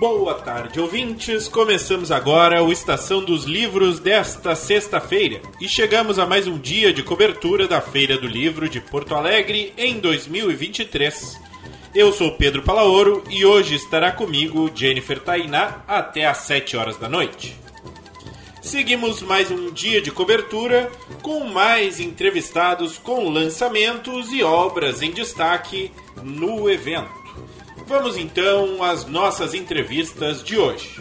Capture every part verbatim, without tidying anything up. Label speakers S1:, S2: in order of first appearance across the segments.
S1: Boa tarde, ouvintes! Começamos agora o Estação dos Livros desta sexta-feira e chegamos a mais um dia de cobertura da Feira do Livro de Porto Alegre em dois mil e vinte e três. Eu sou Pedro Palaoro e hoje estará comigo Jennifer Tainá até às sete horas da noite. Seguimos mais um dia de cobertura com mais entrevistados com lançamentos e obras em destaque no evento. Vamos então às nossas entrevistas de hoje.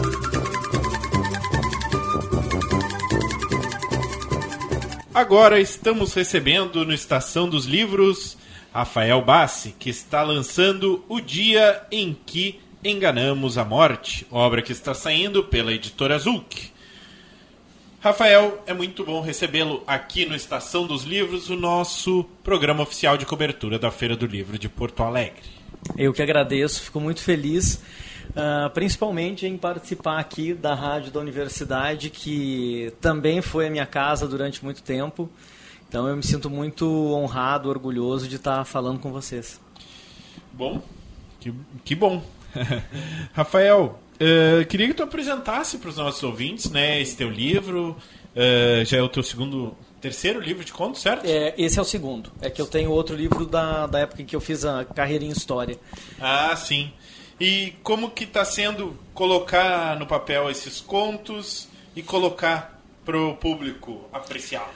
S1: Agora estamos recebendo no Estação dos Livros Rafael Bassi, que está lançando O Dia em que Enganamos a Morte, obra que está saindo pela editora Zulk. Rafael, é muito bom recebê-lo aqui no Estação dos Livros, o nosso programa oficial de cobertura da Feira do Livro de Porto Alegre.
S2: Eu que agradeço, fico muito feliz, uh, principalmente em participar aqui da rádio da universidade, que também foi a minha casa durante muito tempo. Então eu me sinto muito honrado, orgulhoso de estar falando com vocês.
S1: Bom, que, que bom. Rafael, uh, queria que tu apresentasse para os nossos ouvintes, né, esse teu livro. Uh, já é o teu segundo... Terceiro livro de contos, certo?
S2: É, esse é o segundo. É que eu tenho outro livro da, da época em que eu fiz a carreira em História.
S1: Ah, sim. E como que está sendo colocar no papel esses contos e colocar para o público apreciá-los?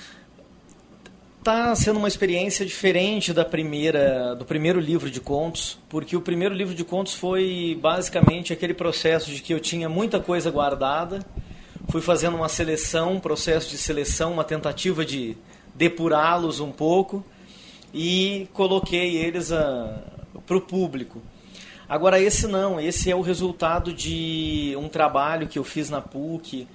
S2: Está sendo uma experiência diferente da primeira, do primeiro livro de contos, porque o primeiro livro de contos foi basicamente aquele processo de que eu tinha muita coisa guardada. Fui fazendo uma seleção, um processo de seleção, uma tentativa de depurá-los um pouco e coloquei eles para o público. Agora esse não, esse é o resultado de um trabalho que eu fiz na P U C,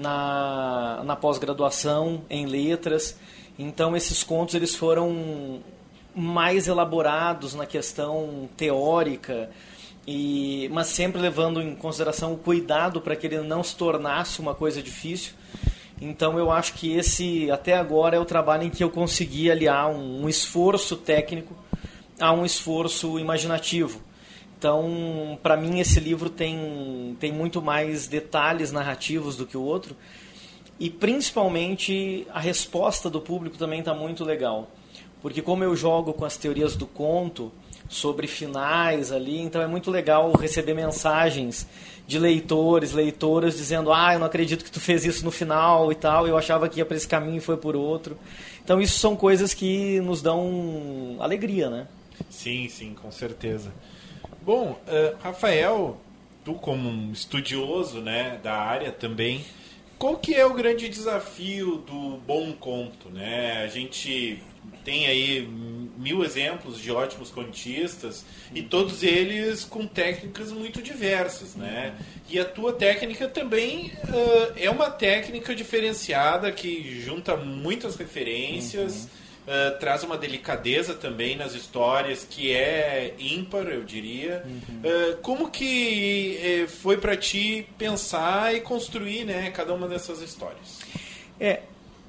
S2: na, na pós-graduação em letras. Então esses contos eles foram mais elaborados na questão teórica, E, mas sempre levando em consideração o cuidado para que ele não se tornasse uma coisa difícil. Então eu acho que esse, até agora, é o trabalho em que eu consegui aliar um, um esforço técnico a um esforço imaginativo. Então, para mim, esse livro tem, tem muito mais detalhes narrativos do que o outro. E, principalmente, a resposta do público também está muito legal. Porque como eu jogo com as teorias do conto, sobre finais ali, então é muito legal receber mensagens de leitores, leitoras dizendo, ah, eu não acredito que tu fez isso no final e tal, eu achava que ia para esse caminho e foi por outro. Então isso são coisas que nos dão alegria, né?
S1: Sim, sim, com certeza. Bom, uh, Rafael, tu como um estudioso, né, da área também, qual que é o grande desafio do bom conto, né? A gente tem aí mil exemplos de ótimos contistas e todos eles com técnicas muito diversas, né? E a tua técnica também uh, é uma técnica diferenciada que junta muitas referências, uhum. uh, traz uma delicadeza também nas histórias que é ímpar, eu diria. Uhum. Uh, como que uh, foi para ti pensar e construir, né, cada uma dessas histórias?
S2: É,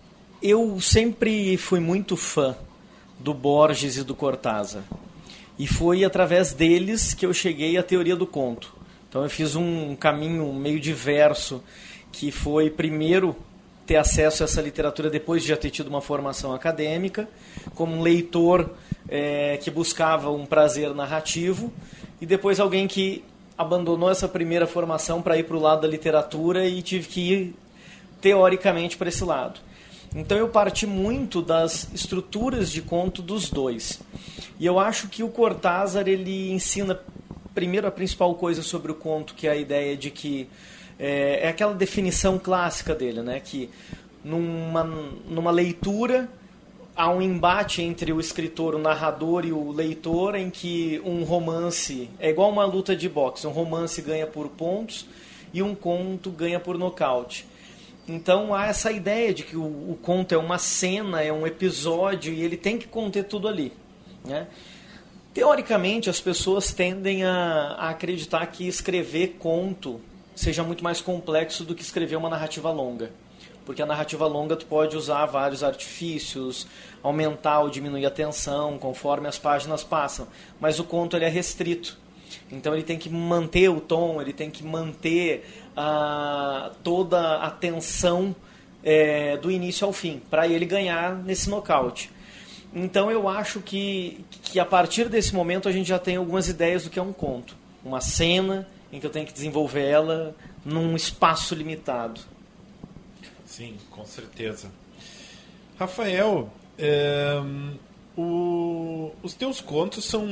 S2: eu sempre fui muito fã do Borges e do Cortázar. E foi através deles que eu cheguei à teoria do conto. Então eu fiz um caminho meio diverso, que foi primeiro ter acesso a essa literatura depois de já ter tido uma formação acadêmica, como um leitor é, que buscava um prazer narrativo, e depois alguém que abandonou essa primeira formação para ir para o lado da literatura e tive que ir teoricamente para esse lado. Então eu parti muito das estruturas de conto dos dois. E eu acho que o Cortázar ele ensina primeiro a principal coisa sobre o conto, que é a ideia de que é, é aquela definição clássica dele, né? Que numa, numa leitura há um embate entre o escritor, o narrador e o leitor, em que um romance é igual uma luta de boxe, um romance ganha por pontos e um conto ganha por nocaute. Então há essa ideia de que o, o conto é uma cena, é um episódio e ele tem que conter tudo ali, né? Teoricamente, as pessoas tendem a, a acreditar que escrever conto seja muito mais complexo do que escrever uma narrativa longa. Porque a narrativa longa tu pode usar vários artifícios, aumentar ou diminuir a tensão conforme as páginas passam. Mas o conto ele é restrito. Então ele tem que manter o tom, ele tem que manter a, toda a tensão é, do início ao fim, para ele ganhar nesse nocaute. Então eu acho que, que a partir desse momento a gente já tem algumas ideias do que é um conto. Uma cena em que eu tenho que desenvolver ela num espaço limitado.
S1: Sim, com certeza. Rafael, é, o, os teus contos são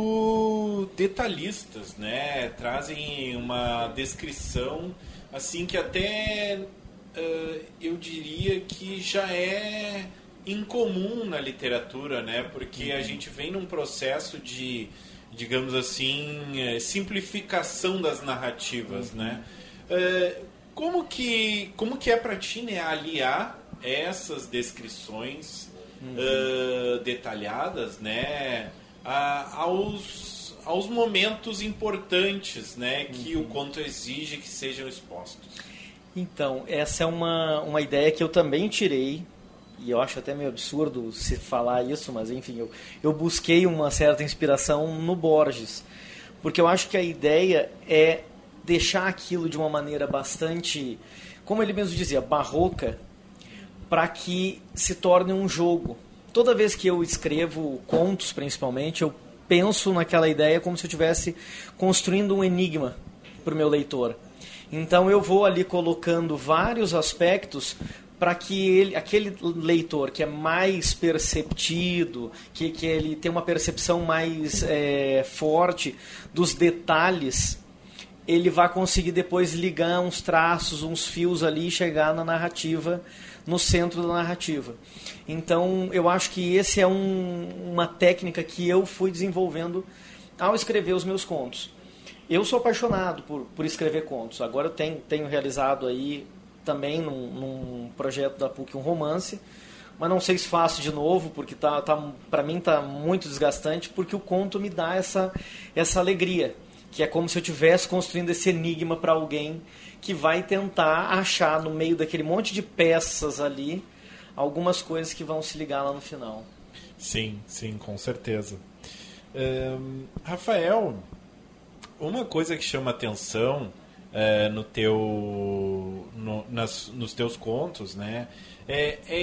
S1: muito detalhistas, né? Trazem uma descrição assim que até uh, eu diria que já é incomum na literatura, né? Porque a gente vem num processo de, digamos assim, simplificação das narrativas, uhum. né? Uh, como que como que é para ti, né, aliar essas descrições uhum. uh, detalhadas, né, a, aos aos momentos importantes, né, que uhum. o conto exige que sejam expostos?
S2: Então, essa é uma uma ideia que eu também tirei. E eu acho até meio absurdo se falar isso, mas enfim, eu, eu busquei uma certa inspiração no Borges. Porque eu acho que a ideia é deixar aquilo de uma maneira bastante, como ele mesmo dizia, barroca, para que se torne um jogo. Toda vez que eu escrevo contos, principalmente, eu penso naquela ideia como se eu estivesse construindo um enigma para o meu leitor. Então eu vou ali colocando vários aspectos para que ele, aquele leitor que é mais perceptido, que, que ele tem uma percepção mais é, forte dos detalhes, ele vai conseguir depois ligar uns traços, uns fios ali e chegar na narrativa, no centro da narrativa. Então, eu acho que esse é um, uma técnica que eu fui desenvolvendo ao escrever os meus contos. Eu sou apaixonado por, por escrever contos. Agora eu tenho, tenho realizado aí também num, num projeto da P U C um romance, mas não sei se faço de novo, porque tá, tá, para mim está muito desgastante, porque o conto me dá essa, essa alegria, que é como se eu estivesse construindo esse enigma para alguém que vai tentar achar no meio daquele monte de peças ali algumas coisas que vão se ligar lá no final.
S1: Sim, sim, com certeza. Um, Rafael, uma coisa que chama atenção É, no teu, no, nas, nos teus contos, né, é, é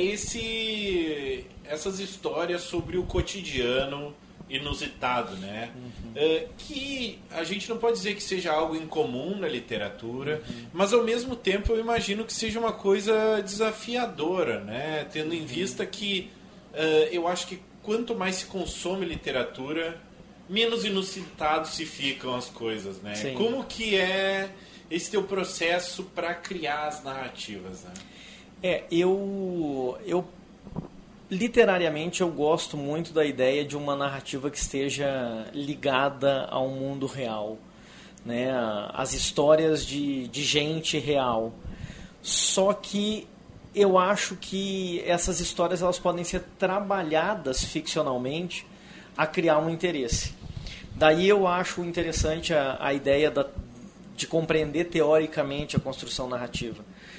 S1: esse, essas histórias sobre o cotidiano inusitado, né, uhum. é, que a gente não pode dizer que seja algo incomum na literatura, uhum. mas ao mesmo tempo eu imagino que seja uma coisa desafiadora, né, tendo em vista que uh, eu acho que quanto mais se consome literatura, menos inusitado se ficam as coisas, né? Sim. Como que é esse teu processo para criar as narrativas, né?
S2: É, eu, eu literariamente eu gosto muito da ideia de uma narrativa que esteja ligada ao mundo real, né? As histórias de, de gente real. Só que eu acho que essas histórias elas podem ser trabalhadas ficcionalmente a criar um interesse. Daí eu acho interessante a, a ideia da, de compreender teoricamente a construção narrativa.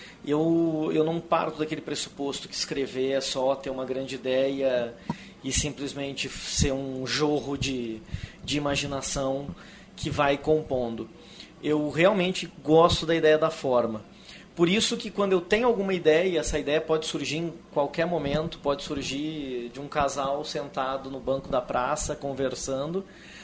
S2: Eu, eu não parto daquele pressuposto que escrever é só ter uma grande ideia e simplesmente ser um jorro de, de imaginação que vai compondo. Eu realmente gosto da ideia da forma. Por isso que quando eu tenho alguma ideia, essa ideia pode surgir em qualquer momento, pode surgir de um casal sentado no banco da praça, conversando.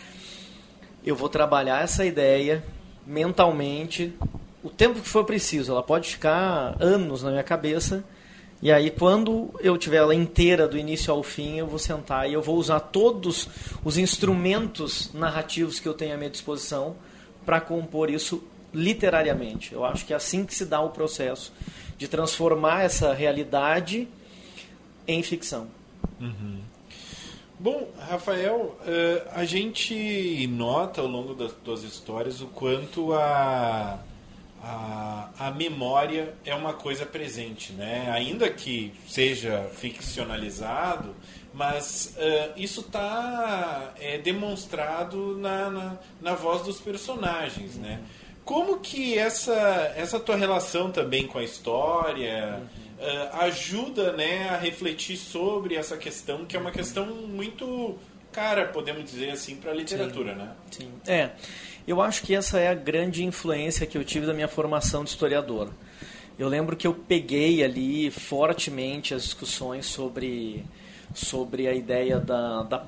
S2: Eu vou trabalhar essa ideia mentalmente, o tempo que for preciso. Ela pode ficar anos na minha cabeça, e aí quando eu tiver ela inteira, do início ao fim, eu vou sentar e eu vou usar todos os instrumentos narrativos que eu tenho à minha disposição para compor isso literariamente. Eu acho que é assim que se dá o processo de transformar essa realidade em ficção.
S1: Uhum. Bom, Rafael, a gente nota ao longo das tuas histórias o quanto a, a, a memória é uma coisa presente, né? Ainda que seja ficcionalizado, mas uh, isso está é, demonstrado na, na, na voz dos personagens, né? Como que essa, essa tua relação também com a história uh, ajuda, né, a refletir sobre essa questão, que é uma questão muito cara, podemos dizer assim, para a literatura,
S2: sim,
S1: né?
S2: Sim. É, eu acho que essa é a grande influência que eu tive da minha formação de historiador. Eu lembro que eu peguei ali fortemente as discussões sobre, sobre a ideia da, da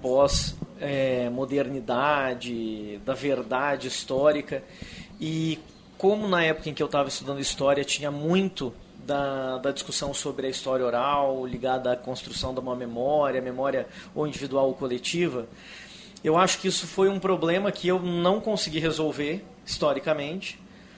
S2: pós-modernidade, da verdade histórica. E como na época em que eu estava estudando história tinha muito da, da discussão sobre a história oral, ligada à construção de uma memória, memória ou individual ou coletiva, eu acho que isso foi um problema que eu não consegui resolver historicamente.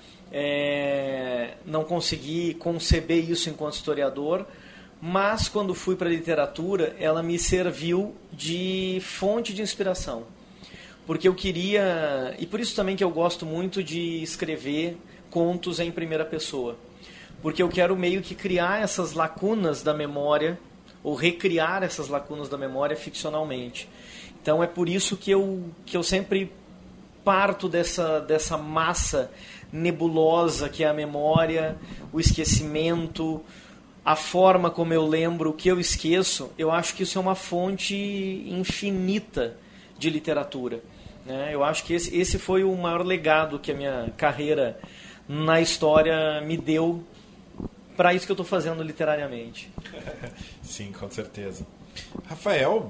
S2: É, não consegui conceber isso enquanto historiador, mas quando fui para a literatura, ela me serviu de fonte de inspiração. Porque eu queria, e por isso também que eu gosto muito de escrever contos em primeira pessoa, porque eu quero meio que criar essas lacunas da memória, ou recriar essas lacunas da memória ficcionalmente. Então é por isso que eu, que eu sempre parto dessa, dessa massa nebulosa que é a memória, o esquecimento, a forma como eu lembro, o que eu esqueço. Eu acho que isso é uma fonte infinita de literatura, né? Eu acho que esse, esse foi o maior legado que a minha carreira na história me deu para isso que eu estou fazendo literariamente.
S1: Sim, com certeza. Rafael,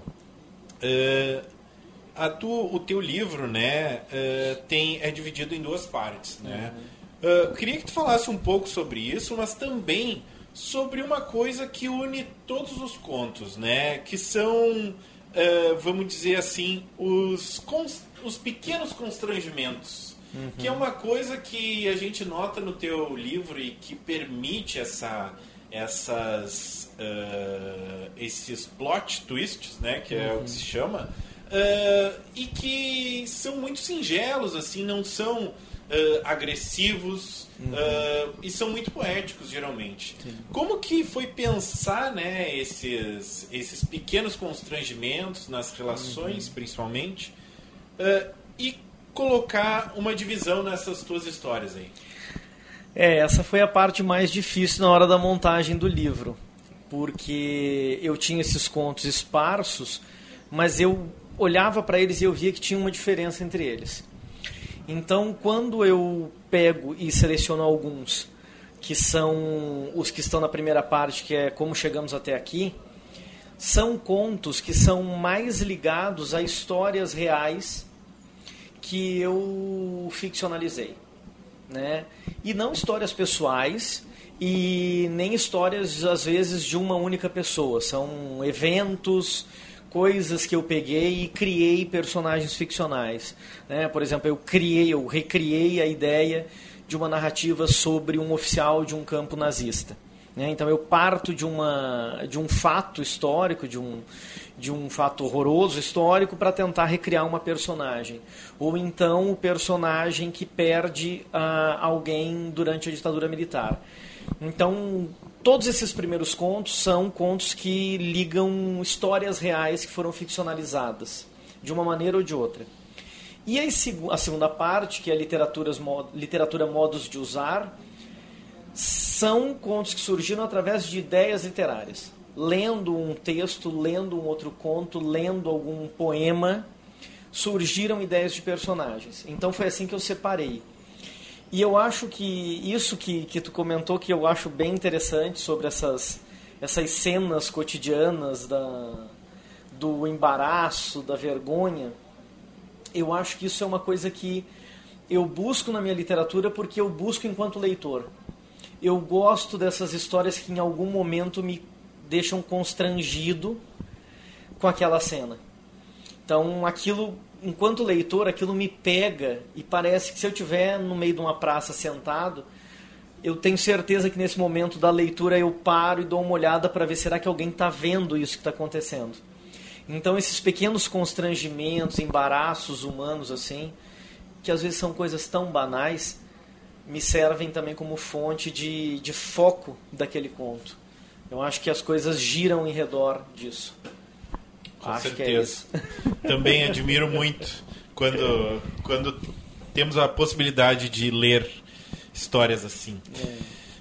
S1: uh... A tu, o teu livro, né, uh, tem, é dividido em duas partes, né? Uhum. Uh, queria que tu falasse um pouco sobre isso, mas também sobre uma coisa que une todos os contos, né? Que são, uh, vamos dizer assim, os, cons, os pequenos constrangimentos. Uhum. Que é uma coisa que a gente nota no teu livro e que permite essa, essas, uh, esses plot twists, né? Que é uhum. o que se chama. Uh, e que são muito singelos, assim, não são uh, agressivos, uhum. uh, e são muito poéticos, geralmente. Sim. Como que foi pensar, né, esses, esses pequenos constrangimentos nas relações, uhum. principalmente, uh, e colocar uma divisão nessas tuas histórias aí?
S2: É, essa foi a parte mais difícil na hora da montagem do livro, porque eu tinha esses contos esparsos, mas eu olhava para eles e eu via que tinha uma diferença entre eles. Então, quando eu pego e seleciono alguns, que são os que estão na primeira parte, que é Como Chegamos Até Aqui, são contos que são mais ligados a histórias reais que eu ficcionalizei, né? E não histórias pessoais e nem histórias, às vezes, de uma única pessoa. São eventos, coisas que eu peguei e criei personagens ficcionais, né? Por exemplo, eu criei, eu recriei a ideia de uma narrativa sobre um oficial de um campo nazista, né? Então eu parto de uma de um fato histórico, de um de um fato horroroso histórico para tentar recriar uma personagem, ou então o personagem que perde uh, alguém durante a ditadura militar. Então, todos esses primeiros contos são contos que ligam histórias reais que foram ficcionalizadas, de uma maneira ou de outra. E a segunda parte, que é a literatura modos de usar, são contos que surgiram através de ideias literárias. Lendo um texto, lendo um outro conto, lendo algum poema, surgiram ideias de personagens. Então foi assim que eu separei. E eu acho que isso que, que tu comentou, que eu acho bem interessante sobre essas, essas cenas cotidianas da, do embaraço, da vergonha, eu acho que isso é uma coisa que eu busco na minha literatura porque eu busco enquanto leitor. Eu gosto dessas histórias que em algum momento me deixam constrangido com aquela cena. Então, aquilo, enquanto leitor, aquilo me pega e parece que se eu estiver no meio de uma praça sentado, eu tenho certeza que nesse momento da leitura eu paro e dou uma olhada para ver será que alguém está vendo isso que está acontecendo. Então, esses pequenos constrangimentos, embaraços humanos, assim, que às vezes são coisas tão banais, me servem também como fonte de, de foco daquele conto. Eu acho que as coisas giram em redor disso.
S1: Com
S2: acho
S1: certeza.
S2: Que é isso.
S1: Também admiro muito quando, quando temos a possibilidade de ler histórias assim.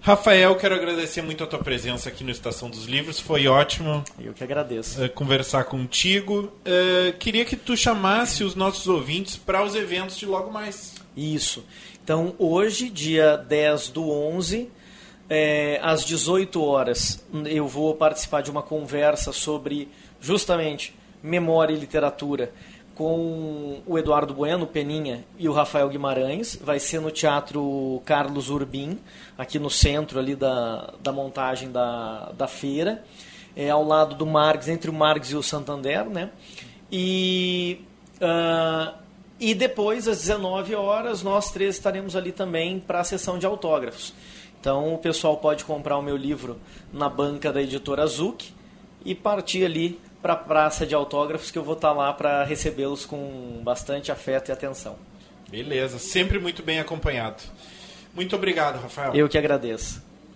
S1: Rafael, quero agradecer muito a tua presença aqui no Estação dos Livros, foi ótimo.
S2: Eu que agradeço.
S1: Uh, conversar contigo. Uh, queria que tu chamasse os nossos ouvintes para os eventos de logo mais.
S2: Isso. Então, hoje, dia dez do onze, é, às dezoito horas, eu vou participar de uma conversa sobre, justamente, memória e literatura com o Eduardo Bueno, Peninha, e o Rafael Guimarães. Vai ser no Teatro Carlos Urbim, aqui no centro ali da, da montagem da, da feira, é, ao lado do Marx, entre o Marx e o Santander, né? E, uh, e depois, às dezenove horas, nós três estaremos ali também para a sessão de autógrafos. Então, o pessoal pode comprar o meu livro na banca da editora Zuc e partir ali para a praça de autógrafos, que eu vou estar lá para recebê-los com bastante afeto e atenção.
S1: Beleza, sempre muito bem acompanhado. Muito obrigado, Rafael.
S2: Eu que agradeço.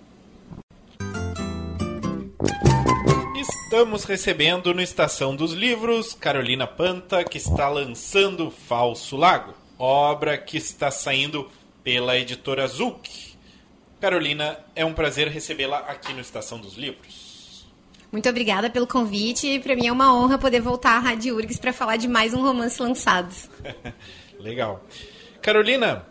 S1: Estamos recebendo no Estação dos Livros Carolina Panta, que está lançando Falso Lago, obra que está saindo pela editora Zuc. Carolina, é um prazer recebê-la aqui no Estação dos Livros.
S3: Muito obrigada pelo convite. Para mim é uma honra poder voltar à Rádio U R G S para falar de mais um romance lançado.
S1: Legal. Carolina,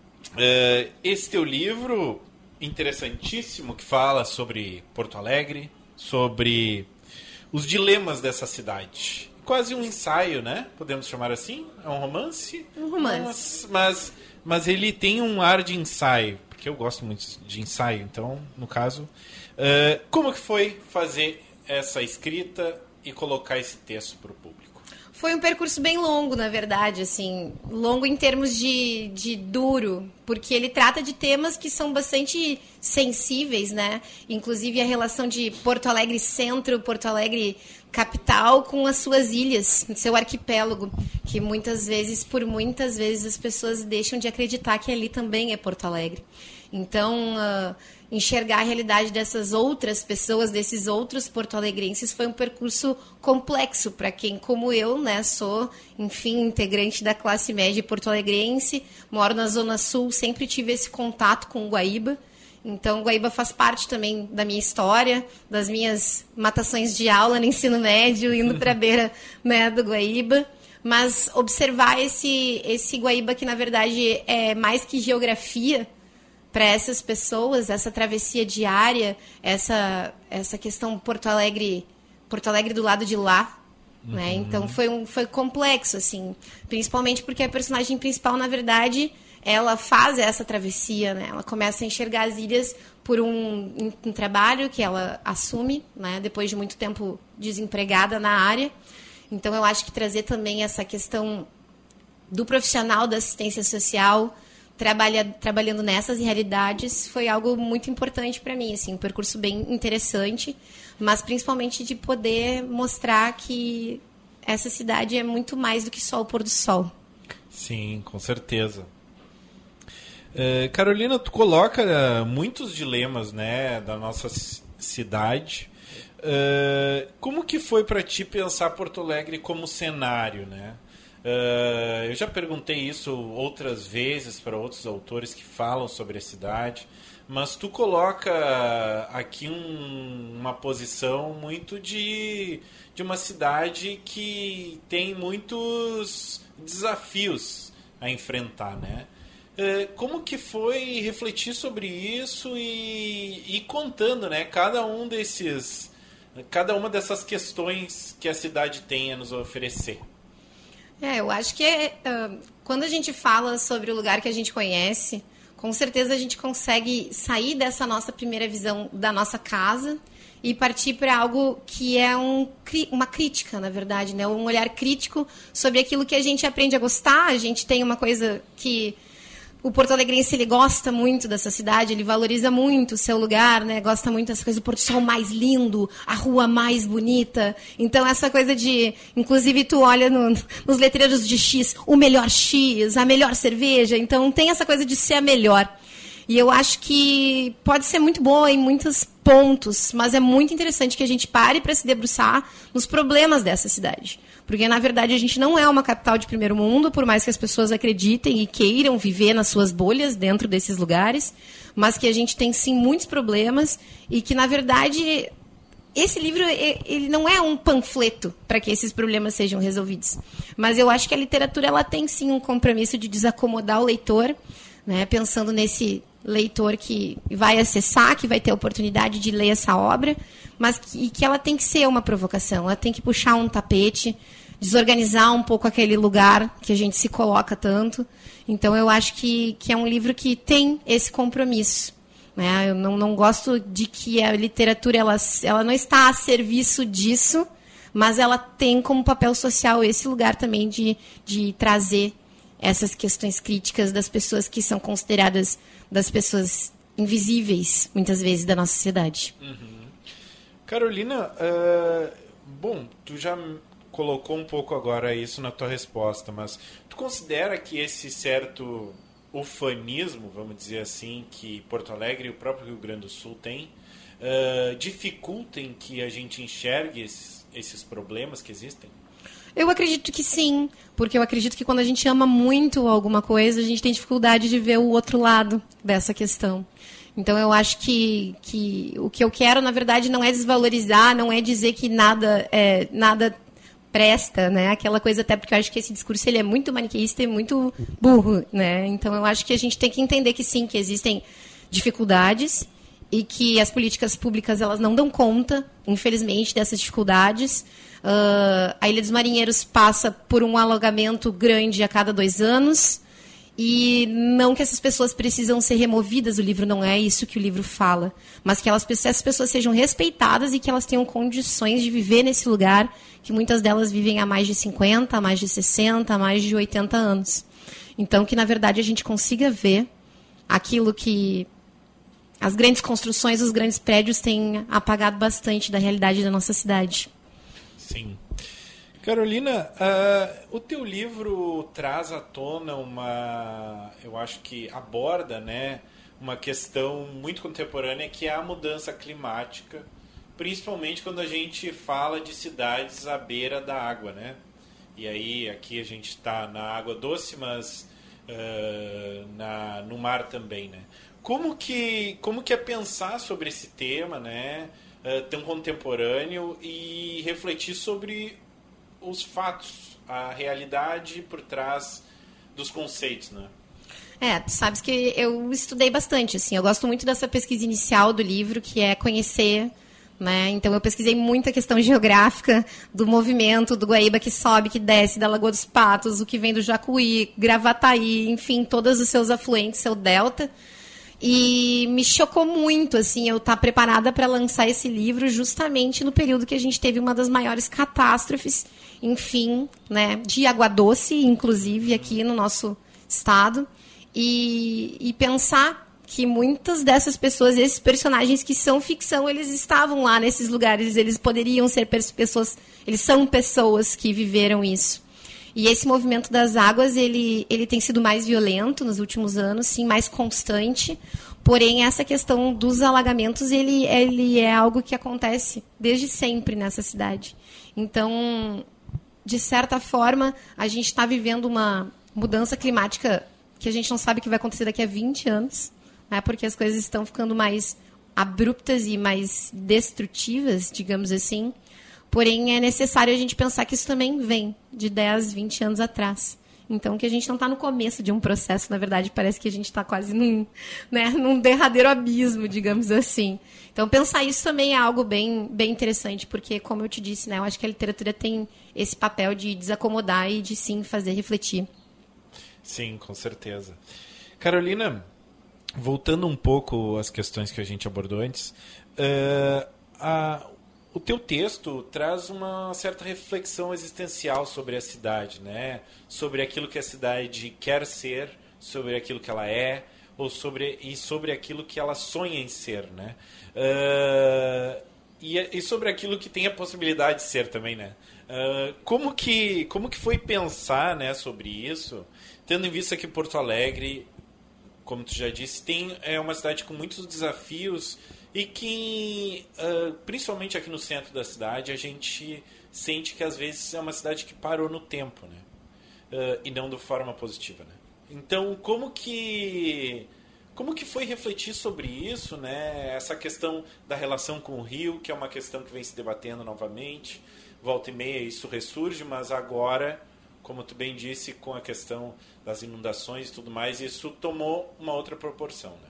S1: esse teu livro interessantíssimo que fala sobre Porto Alegre, sobre os dilemas dessa cidade. Quase um ensaio, né? Podemos chamar assim? É um romance?
S3: Um romance.
S1: Mas, mas, mas ele tem um ar de ensaio, porque eu gosto muito de ensaio, então, no caso... Uh, como que foi fazer essa escrita e colocar esse texto para o público?
S3: Foi um percurso bem longo, na verdade, assim, longo em termos de, de duro, porque ele trata de temas que são bastante sensíveis, né? Inclusive a relação de Porto Alegre centro, Porto Alegre capital com as suas ilhas, seu arquipélago, que muitas vezes, por muitas vezes, as pessoas deixam de acreditar que ali também é Porto Alegre. Então, uh, enxergar a realidade dessas outras pessoas, desses outros porto-alegrenses, foi um percurso complexo para quem, como eu, né, sou, enfim, integrante da classe média porto-alegrense, moro na Zona Sul, sempre tive esse contato com o Guaíba. Então, o Guaíba faz parte também da minha história, das minhas matações de aula no ensino médio, indo para a beira, né, do Guaíba. Mas observar esse, esse Guaíba que, na verdade, é mais que geografia, para essas pessoas, essa travessia diária, essa, essa questão Porto Alegre, Porto Alegre do lado de lá, uhum. né? Então foi, um, foi complexo, assim, principalmente porque a personagem principal, na verdade, ela faz essa travessia, né? Ela começa a enxergar as ilhas por um, um, um trabalho que ela assume, né? Depois de muito tempo desempregada na área. Então eu acho que trazer também essa questão do profissional da assistência social, Trabalha, trabalhando nessas realidades, foi algo muito importante para mim, assim, um percurso bem interessante, mas principalmente de poder mostrar que essa cidade é muito mais do que só o pôr do sol.
S1: Sim, com certeza. Uh, Carolina, tu coloca uh, muitos dilemas, né, da nossa c- cidade. Uh, como que foi para ti pensar Porto Alegre como cenário, né? Uh, eu já perguntei isso outras vezes para outros autores que falam sobre a cidade, mas tu coloca aqui um, uma posição muito de, de uma cidade que tem muitos desafios a enfrentar, né? Uh, como que foi refletir sobre isso e, e contando, né, cada um desses, cada uma dessas questões que a cidade tem a nos oferecer?
S3: É, eu acho que é, uh, quando a gente fala sobre o lugar que a gente conhece, com certeza a gente consegue sair dessa nossa primeira visão da nossa casa e partir para algo que é um, uma crítica, na verdade, né? Um olhar crítico sobre aquilo que a gente aprende a gostar. A gente tem uma coisa que o porto-alegrense, ele gosta muito dessa cidade, ele valoriza muito o seu lugar, né? Gosta muito dessa coisa do Porto Sol mais lindo, a rua mais bonita. Então, essa coisa de... Inclusive, tu olha no, nos letreiros de X, o melhor X, a melhor cerveja. Então, tem essa coisa de ser a melhor. E eu acho que pode ser muito boa em muitos pontos, mas é muito interessante que a gente pare para se debruçar nos problemas dessa cidade. Porque, na verdade, a gente não é uma capital de primeiro mundo, por mais que as pessoas acreditem e queiram viver nas suas bolhas dentro desses lugares, mas que a gente tem, sim, muitos problemas e que, na verdade, esse livro ele não é um panfleto para que esses problemas sejam resolvidos. Mas eu acho que a literatura ela tem, sim, um compromisso de desacomodar o leitor, né, pensando nesse leitor que vai acessar, que vai ter a oportunidade de ler essa obra, mas que, que ela tem que ser uma provocação, ela tem que puxar um tapete, desorganizar um pouco aquele lugar que a gente se coloca tanto. Então, eu acho que, que é um livro que tem esse compromisso. Né? Eu não, não gosto de que a literatura ela, ela não está a serviço disso, mas ela tem como papel social esse lugar também de, de trazer essas questões críticas das pessoas que são consideradas das pessoas invisíveis, muitas vezes, da nossa sociedade.
S1: Uhum. Carolina, uh, bom, tu já colocou um pouco agora isso na tua resposta, mas tu considera que esse certo ufanismo, vamos dizer assim, que Porto Alegre e o próprio Rio Grande do Sul tem, uh, dificultem que a gente enxergue esses, esses problemas que existem?
S3: Eu acredito que sim, porque eu acredito que quando a gente ama muito alguma coisa, a gente tem dificuldade de ver o outro lado dessa questão. Então, eu acho que, que o que eu quero, na verdade, não é desvalorizar, não é dizer que nada, é, nada presta, né? Aquela coisa, até porque eu acho que esse discurso ele é muito maniqueísta e muito burro, né? Então, eu acho que a gente tem que entender que sim, que existem dificuldades e que as políticas públicas elas não dão conta, infelizmente, dessas dificuldades. Uh, a Ilha dos Marinheiros passa por um alagamento grande a cada dois anos e não que essas pessoas precisam ser removidas, o livro não é isso que o livro fala, mas que elas, essas pessoas sejam respeitadas e que elas tenham condições de viver nesse lugar, que muitas delas vivem há mais de cinquenta, há mais de sessenta, há mais de oitenta anos. Então, que na verdade a gente consiga ver aquilo que as grandes construções, os grandes prédios têm apagado bastante da realidade da nossa cidade.
S1: Sim. Carolina, uh, o teu livro traz à tona uma, eu acho que aborda, né, uma questão muito contemporânea que é a mudança climática, principalmente quando a gente fala de cidades à beira da água, né? E aí aqui a gente está na água doce, mas uh, na, no mar também, né? Como que, como que é pensar sobre esse tema, né? Uh, tão contemporâneo e refletir sobre os fatos, a realidade por trás dos conceitos, né?
S3: É, tu sabes que eu estudei bastante, assim, eu gosto muito dessa pesquisa inicial do livro, que é conhecer, né? Então eu pesquisei muita questão geográfica do movimento do Guaíba que sobe, que desce, da Lagoa dos Patos, o que vem do Jacuí, Gravataí, enfim, todos os seus afluentes, seu delta. E me chocou muito, assim, eu estar preparada para lançar esse livro justamente no período que a gente teve uma das maiores catástrofes, enfim, né, de água doce, inclusive, aqui no nosso estado. E, e pensar que muitas dessas pessoas, esses personagens que são ficção, eles estavam lá nesses lugares, eles poderiam ser pessoas, eles são pessoas que viveram isso. E esse movimento das águas, ele, ele tem sido mais violento nos últimos anos, sim, mais constante. Porém, essa questão dos alagamentos, ele, ele é algo que acontece desde sempre nessa cidade. Então, de certa forma, a gente está vivendo uma mudança climática que a gente não sabe o que vai acontecer daqui a vinte anos, né, porque as coisas estão ficando mais abruptas e mais destrutivas, digamos assim. Porém, é necessário a gente pensar que isso também vem de dez, vinte anos atrás. Então, que a gente não está no começo de um processo, na verdade, parece que a gente está quase num, né, num derradeiro abismo, digamos assim. Então, pensar isso também é algo bem, bem interessante, porque, como eu te disse, né, eu acho que a literatura tem esse papel de desacomodar e de, sim, fazer refletir.
S1: Sim, com certeza. Carolina, voltando um pouco às questões que a gente abordou antes, uh, a... o teu texto traz uma certa reflexão existencial sobre a cidade, né? Sobre aquilo que a cidade quer ser, sobre aquilo que ela é, ou sobre, e sobre aquilo que ela sonha em ser, né? Uh, e, e sobre aquilo que tem a possibilidade de ser também, né? Uh, como que, como que foi pensar, né, sobre isso, tendo em vista que Porto Alegre como tu já disse, tem, é uma cidade com muitos desafios e que, uh, principalmente aqui no centro da cidade, a gente sente que às vezes é uma cidade que parou no tempo, né? Uh, e não de forma positiva, né? Então, como que, como que foi refletir sobre isso, né? Essa questão da relação com o rio, que é uma questão que vem se debatendo novamente, volta e meia isso ressurge, mas agora, como tu bem disse, com a questão das inundações e tudo mais, isso tomou uma outra proporção, né?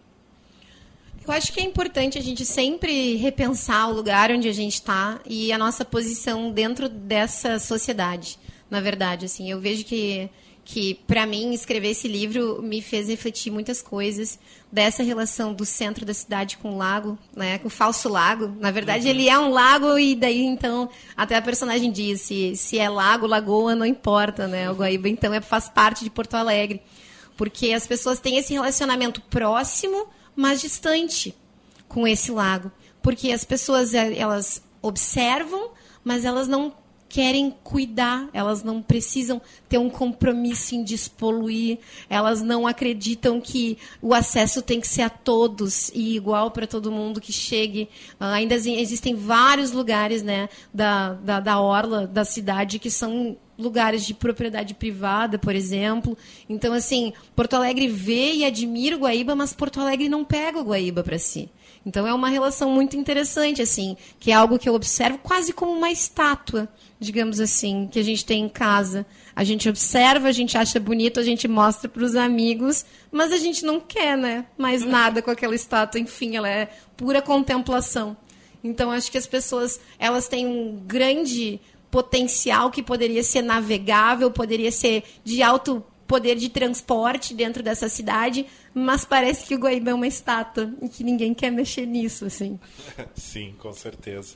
S3: Eu acho que é importante a gente sempre repensar o lugar onde a gente está e a nossa posição dentro dessa sociedade. Na verdade, assim, eu vejo que, que para mim, escrever esse livro me fez refletir muitas coisas dessa relação do centro da cidade com o lago, né, com o falso lago. Na verdade, uhum. ele é um lago e daí, então, até a personagem diz, se, se é lago, lagoa, não importa, né? O Guaíba, então, é, faz parte de Porto Alegre. Porque as pessoas têm esse relacionamento próximo, mas distante com esse lago. Porque as pessoas, elas observam, mas elas não querem cuidar, elas não precisam ter um compromisso em despoluir, elas não acreditam que o acesso tem que ser a todos e igual para todo mundo que chegue. Uh, ainda existem vários lugares, né, da, da, da orla da cidade que são lugares de propriedade privada, por exemplo. Então, assim, Porto Alegre vê e admira o Guaíba, mas Porto Alegre não pega o Guaíba para si. Então, é uma relação muito interessante, assim, que é algo que eu observo quase como uma estátua, digamos assim, que a gente tem em casa. A gente observa, a gente acha bonito, a gente mostra para os amigos, mas a gente não quer, né, mais nada com aquela estátua. Enfim, ela é pura contemplação. Então, acho que as pessoas, elas têm um grande potencial que poderia ser navegável, poderia ser de alto poder de transporte dentro dessa cidade, mas parece que o Guaíba é uma estátua e que ninguém quer mexer nisso, assim.
S1: Sim, com certeza.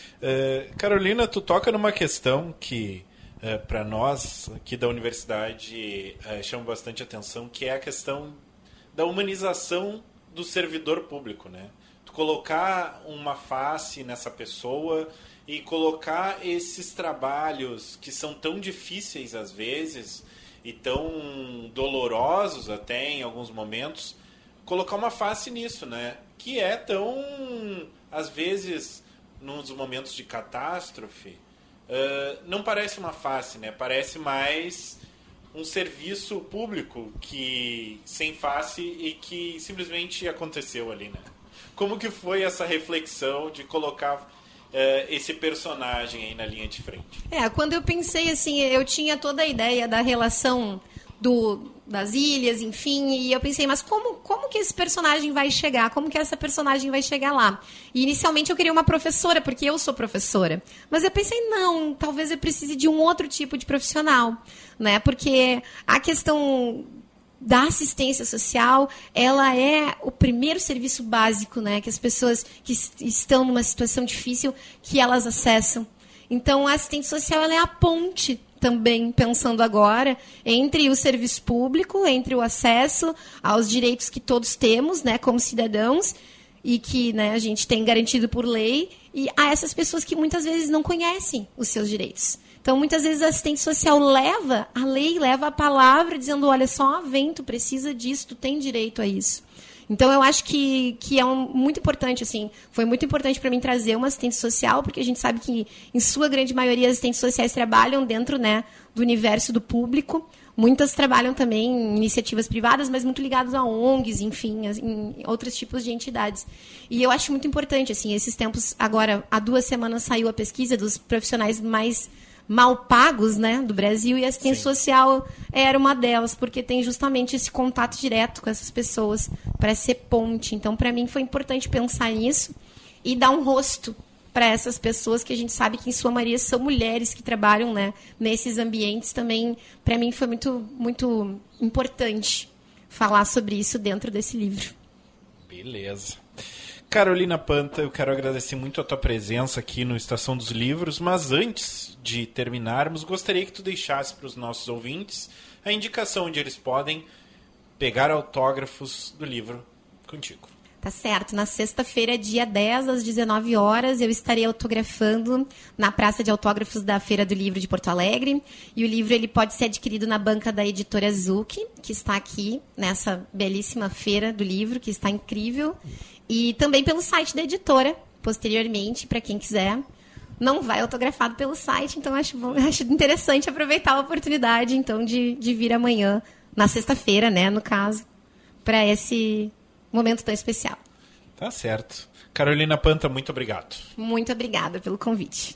S1: Uh, Carolina, tu toca numa questão que, uh, para nós aqui da universidade, uh, chama bastante atenção, que é a questão da humanização do servidor público, né? Tu colocar uma face nessa pessoa e colocar esses trabalhos que são tão difíceis às vezes e tão dolorosos até em alguns momentos, colocar uma face nisso, né? Que é tão, às vezes, nos momentos de catástrofe, uh, não parece uma face, né? Parece mais um serviço público que sem face e que simplesmente aconteceu ali, né? Como que foi essa reflexão de colocar Uh, esse personagem aí na linha de frente?
S3: É, quando eu pensei assim, eu tinha toda a ideia da relação do, das ilhas, enfim, e eu pensei, mas como, como que esse personagem vai chegar? Como que essa personagem vai chegar lá? E inicialmente eu queria uma professora, porque eu sou professora. Mas eu pensei, não, talvez eu precise de um outro tipo de profissional, né? Porque a questão da assistência social, ela é o primeiro serviço básico, né, que as pessoas que estão numa situação difícil, que elas acessam. Então, a assistente social ela é a ponte também, pensando agora, entre o serviço público, entre o acesso aos direitos que todos temos, né, como cidadãos, e que, né, a gente tem garantido por lei, e a essas pessoas que muitas vezes não conhecem os seus direitos. Então, muitas vezes, a assistente social leva a lei, leva a palavra, dizendo, olha só, vem, tu precisa disso, tu tem direito a isso. Então, eu acho que, que é um, muito importante, assim, foi muito importante para mim trazer uma assistente social, porque a gente sabe que, em sua grande maioria, as assistentes sociais trabalham dentro, né, do universo do público. Muitas trabalham também em iniciativas privadas, mas muito ligadas a O N Gs, enfim, em outros tipos de entidades. E eu acho muito importante, assim, esses tempos, agora, há duas semanas saiu a pesquisa dos profissionais mais mal pagos, né, do Brasil, e a assistência Sim. social era uma delas, porque tem justamente esse contato direto com essas pessoas para ser ponte. Então, para mim, foi importante pensar nisso e dar um rosto para essas pessoas que a gente sabe que, em sua maioria, são mulheres que trabalham, né, nesses ambientes. Também, para mim, foi muito, muito importante falar sobre isso dentro desse livro.
S1: Beleza. Carolina Panta, eu quero agradecer muito a tua presença aqui no Estação dos Livros, mas antes de terminarmos, gostaria que tu deixasse para os nossos ouvintes a indicação onde eles podem pegar autógrafos do livro contigo.
S3: Tá certo. Na sexta-feira, dia dez, às dezenove horas, eu estarei autografando na Praça de Autógrafos da Feira do Livro de Porto Alegre. E o livro ele pode ser adquirido na banca da editora Zucchi, que está aqui nessa belíssima Feira do Livro, que está incrível. E também pelo site da editora, posteriormente, para quem quiser. Não vai autografado pelo site, então acho, bom, acho interessante aproveitar a oportunidade então de, de vir amanhã, na sexta-feira, né, no caso, para esse momento tão especial.
S1: Tá certo. Carolina Panta, muito obrigado.
S3: Muito obrigada pelo convite.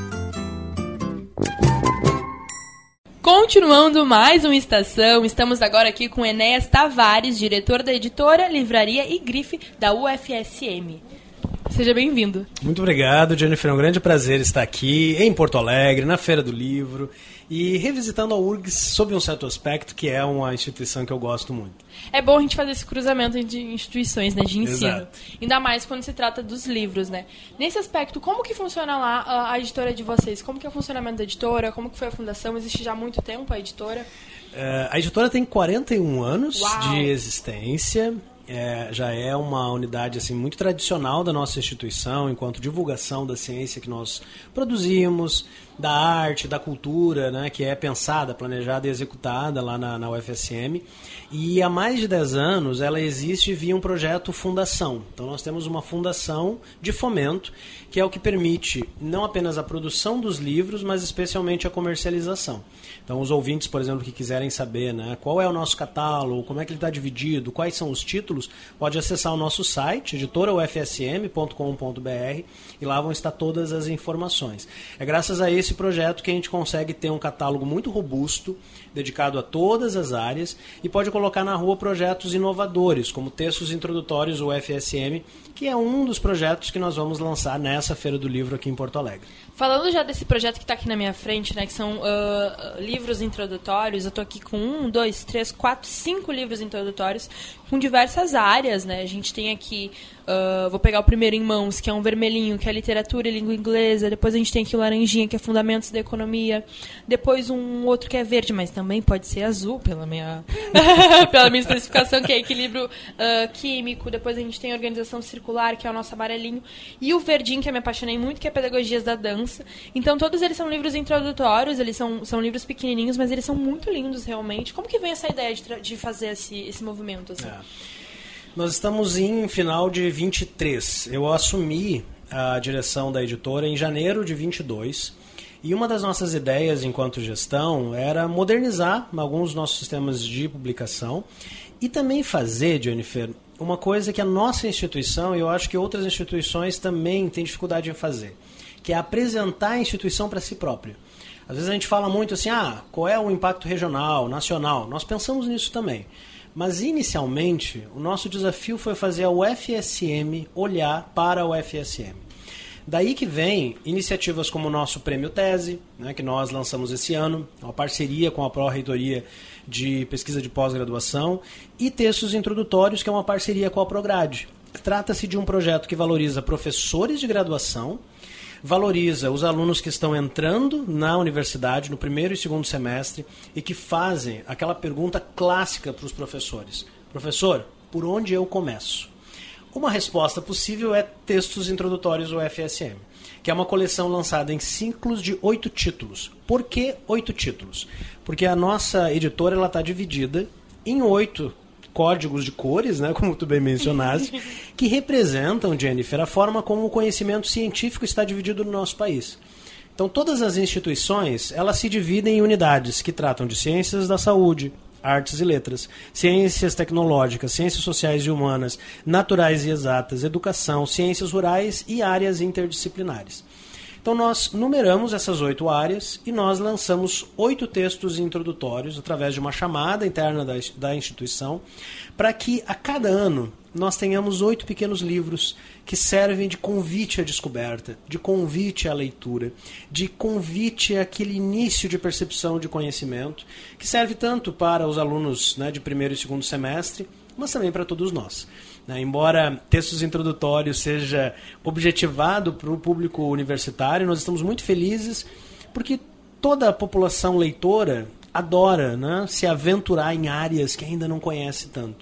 S4: Continuando mais uma estação, estamos agora aqui com Enéas Tavares, diretor da editora, livraria e grife da U F S M. Seja bem-vindo.
S5: Muito obrigado, Jennifer. É um grande prazer estar aqui em Porto Alegre, na Feira do Livro, e revisitando a U R G S sob um certo aspecto, que é uma instituição que eu gosto muito.
S4: É bom a gente fazer esse cruzamento de instituições, né, de ensino.
S5: Exato.
S4: Ainda mais quando se trata dos livros, né? Nesse aspecto, como que funciona lá a, a editora de vocês? Como que é o funcionamento da editora? Como que foi a fundação? Existe já há muito tempo a editora?
S5: Uh, a editora tem quarenta e um anos
S4: Uau.
S5: de existência. É, já é uma unidade assim, muito tradicional da nossa instituição, enquanto divulgação da ciência que nós produzimos, da arte, da cultura, né, que é pensada, planejada e executada lá na, na U F S M. E há mais de dez anos ela existe via um projeto fundação. Então nós temos uma fundação de fomento, que é o que permite não apenas a produção dos livros, mas especialmente a comercialização. Então os ouvintes, por exemplo, que quiserem saber, né, qual é o nosso catálogo, como é que ele está dividido, quais são os títulos, pode acessar o nosso site, editora u f s m ponto com ponto b r, e lá vão estar todas as informações. É graças a esse projeto que a gente consegue ter um catálogo muito robusto, dedicado a todas as áreas, e pode colocar na rua projetos inovadores, como textos introdutórios U F S M, que é um dos projetos que nós vamos lançar nessa Feira do Livro aqui em Porto Alegre.
S4: Falando já desse projeto que está aqui na minha frente, né, que são uh, livros introdutórios, eu estou aqui com um, dois, três, quatro, cinco livros introdutórios com diversas áreas, né? A gente tem aqui, uh, vou pegar o primeiro em mãos, que é um vermelhinho, que é literatura e língua inglesa. Depois a gente tem aqui o laranjinha, que é fundamentos da economia. Depois um outro que é verde, mas também pode ser azul, pela minha, pela minha especificação, que é equilíbrio uh, químico. Depois a gente tem a organização circular, que é o nosso amarelinho. E o verdinho, que eu me apaixonei muito, que é pedagogias da dança. Então todos eles são livros introdutórios, eles são, são livros pequenininhos, mas eles são muito lindos realmente. Como que vem essa ideia de, de fazer esse, esse movimento? Assim?
S5: É. Nós estamos em final de vinte e três. Eu assumi a direção da editora em janeiro de vinte e dois. E uma das nossas ideias enquanto gestão era modernizar alguns dos nossos sistemas de publicação e também fazer, Jennifer, uma coisa que a nossa instituição, e eu acho que outras instituições também têm dificuldade em fazer, que é apresentar a instituição para si própria. Às vezes a gente fala muito assim, ah, qual é o impacto regional, nacional? Nós pensamos nisso também. Mas, inicialmente, o nosso desafio foi fazer a U F S M olhar para a U F S M. Daí que vem iniciativas como o nosso Prêmio Tese, né, que nós lançamos esse ano, uma parceria com a Pró-Reitoria de Pesquisa de Pós-Graduação, e Textos Introdutórios, que é uma parceria com a Prograde. Trata-se de um projeto que valoriza professores de graduação, valoriza os alunos que estão entrando na universidade no primeiro e segundo semestre e que fazem aquela pergunta clássica para os professores. Professor, por onde eu começo? Uma resposta possível é Textos Introdutórios U F S M, que é uma coleção lançada em ciclos de oito títulos. Por que oito títulos? Porque a nossa editora está dividida em oito códigos de cores, né, como tu bem mencionaste, que representam, Jennifer, a forma como o conhecimento científico está dividido no nosso país. Então, todas as instituições, elas se dividem em unidades que tratam de ciências da saúde, artes e letras, ciências tecnológicas, ciências sociais e humanas, naturais e exatas, educação, ciências rurais e áreas interdisciplinares. Então nós numeramos essas oito áreas e nós lançamos oito textos introdutórios através de uma chamada interna da, da instituição para que a cada ano nós tenhamos oito pequenos livros que servem de convite à descoberta, de convite à leitura, de convite àquele início de percepção de conhecimento, que serve tanto para os alunos, né, de primeiro e segundo semestre, mas também para todos nós. Embora Textos Introdutórios seja objetivado para o público universitário, nós estamos muito felizes porque toda a população leitora adora, né, se aventurar em áreas que ainda não conhece tanto.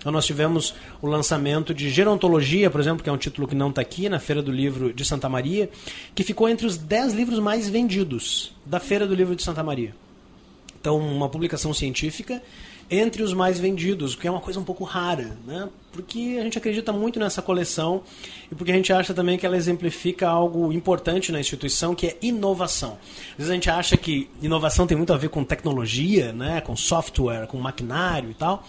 S5: Então nós tivemos o lançamento de Gerontologia, por exemplo, que é um título que não está aqui, na Feira do Livro de Santa Maria, que ficou entre os dez livros mais vendidos da Feira do Livro de Santa Maria. Então, uma publicação científica entre os mais vendidos, o que é uma coisa um pouco rara, né? Porque a gente acredita muito nessa coleção e porque a gente acha também que ela exemplifica algo importante na instituição, que é inovação. Às vezes a gente acha que inovação tem muito a ver com tecnologia, né? Com software, com maquinário e tal.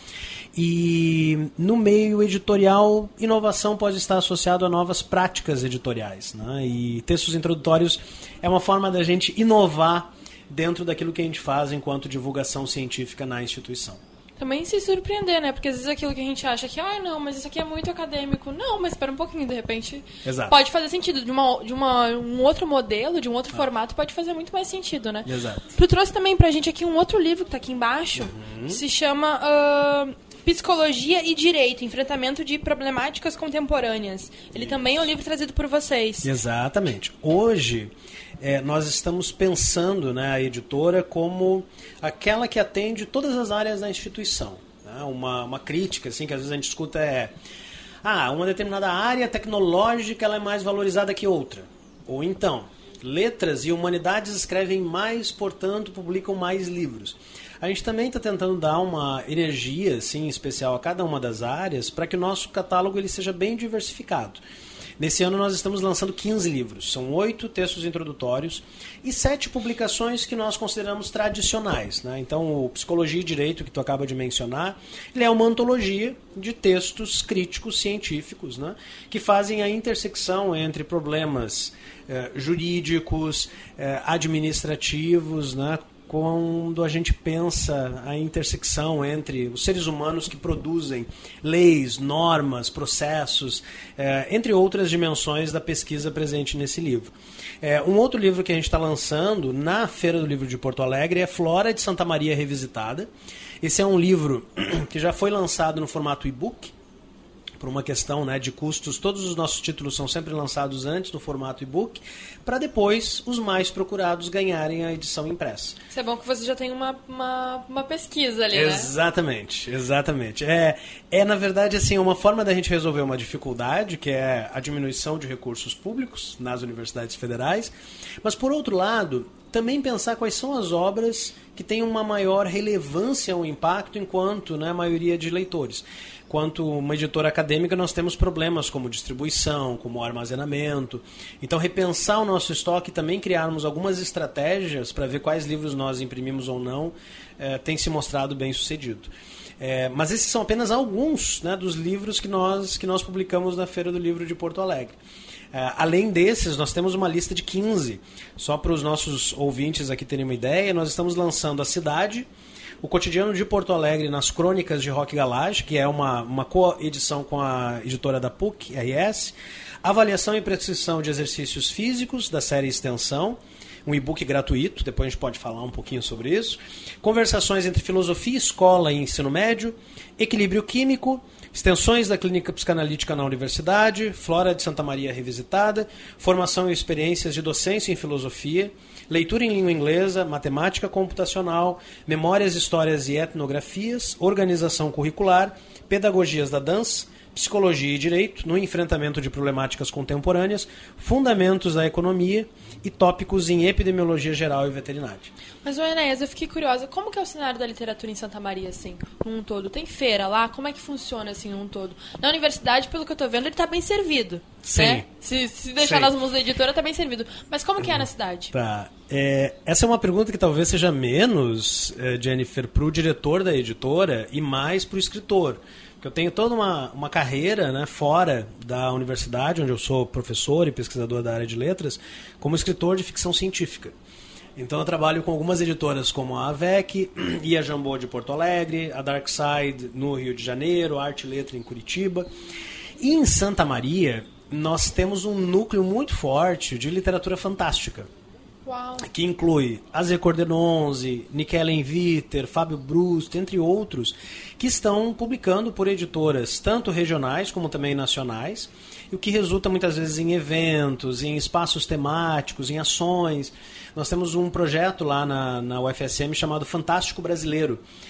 S5: E no meio editorial, inovação pode estar associado a novas práticas editoriais, né? E textos introdutórios é uma forma da gente inovar dentro daquilo que a gente faz enquanto divulgação científica na instituição.
S4: Também se surpreender, né? Porque às vezes aquilo que a gente acha que, ah, não, mas isso aqui é muito acadêmico. Não, mas espera um pouquinho, de repente
S5: Exato.
S4: Pode fazer sentido. De, uma, de uma, um outro modelo, de um outro ah. formato, pode fazer muito mais sentido, né?
S5: Exato.
S4: Tu trouxe também pra gente aqui um outro livro que tá aqui embaixo, uhum. que se chama uh, Psicologia e Direito, Enfrentamento de Problemáticas Contemporâneas. Ele Isso. também é um livro trazido por vocês.
S5: Exatamente. Hoje... É, nós estamos pensando, né, a editora como aquela que atende todas as áreas da instituição. Né? Uma, uma crítica assim, que às vezes a gente escuta é ah, uma determinada área tecnológica ela é mais valorizada que outra. Ou então, letras e humanidades escrevem mais, portanto, publicam mais livros. A gente também está tentando dar uma energia assim, especial a cada uma das áreas para que o nosso catálogo ele seja bem diversificado. Nesse ano nós estamos lançando quinze livros, são oito textos introdutórios e sete publicações que nós consideramos tradicionais. Né? Então, o Psicologia e Direito, que tu acaba de mencionar, ele é uma antologia de textos críticos científicos, né? que fazem a intersecção entre problemas eh, jurídicos, eh, administrativos, né? Quando a gente pensa a intersecção entre os seres humanos que produzem leis, normas, processos, eh, entre outras dimensões da pesquisa presente nesse livro. Eh, um outro livro que a gente está lançando na Feira do Livro de Porto Alegre é Flora de Santa Maria Revisitada. Esse é um livro que já foi lançado no formato e-book, por uma questão, né, de custos. Todos os nossos títulos são sempre lançados antes no formato e-book, para depois os mais procurados ganharem a edição impressa.
S4: Isso é bom que você já tem uma, uma, uma pesquisa ali,
S5: exatamente, né? Exatamente. É, é, na verdade, assim, uma forma da gente resolver uma dificuldade, que é a diminuição de recursos públicos nas universidades federais, mas, por outro lado, também pensar quais são as obras que têm uma maior relevância ou impacto enquanto, né, a maioria de leitores. Quanto uma editora acadêmica, nós temos problemas como distribuição, como armazenamento. Então, repensar o nosso estoque e também criarmos algumas estratégias para ver quais livros nós imprimimos ou não, eh, tem se mostrado bem sucedido. É, mas esses são apenas alguns, né, dos livros que nós, que nós publicamos na Feira do Livro de Porto Alegre. É, além desses, nós temos uma lista de quinze. Só para os nossos ouvintes aqui terem uma ideia, nós estamos lançando A Cidade, O Cotidiano de Porto Alegre nas Crônicas de Roque Galage, que é uma, uma coedição com a editora da P U C, R S, Avaliação e Prescrição de Exercícios Físicos, da série Extensão, um e-book gratuito, depois a gente pode falar um pouquinho sobre isso, Conversações entre Filosofia, Escola e Ensino Médio, Equilíbrio Químico, Extensões da Clínica Psicanalítica na Universidade, Flora de Santa Maria Revisitada, Formação e Experiências de Docência em Filosofia, Leitura em Língua Inglesa, Matemática Computacional, Memórias, Histórias e Etnografias, Organização Curricular, Pedagogias da Dança, Psicologia e Direito, no enfrentamento de problemáticas contemporâneas, Fundamentos da Economia e tópicos em Epidemiologia Geral e Veterinária.
S4: Mas, Enéas, eu fiquei curiosa, como que é o cenário da literatura em Santa Maria, assim, num todo? Tem feira lá? Como é que funciona, assim, num todo? Na universidade, pelo que eu tô vendo, ele tá bem servido.
S5: Sim.
S4: Né? Se, se deixar Sim. nas mãos da editora, tá bem servido. Mas como que é na cidade?
S5: Tá. É, essa é uma pergunta que talvez seja menos, é, Jennifer, pro diretor da editora e mais pro escritor. Eu tenho toda uma, uma carreira, né, fora da universidade, onde eu sou professor e pesquisador da área de letras, como escritor de ficção científica. Então eu trabalho com algumas editoras como a AVEC e a Jambô de Porto Alegre, a Dark Side no Rio de Janeiro, a Arte e Letra em Curitiba. E em Santa Maria nós temos um núcleo muito forte de literatura fantástica.
S4: Uau.
S5: Que inclui Aze Cordenonzi, Nikellen Viter, Fábio Brust, entre outros, que estão publicando por editoras tanto regionais como também nacionais, e o que resulta muitas vezes em eventos, em espaços temáticos, em ações. Nós temos um projeto lá na, na U F S M chamado Fantástico Brasileiro,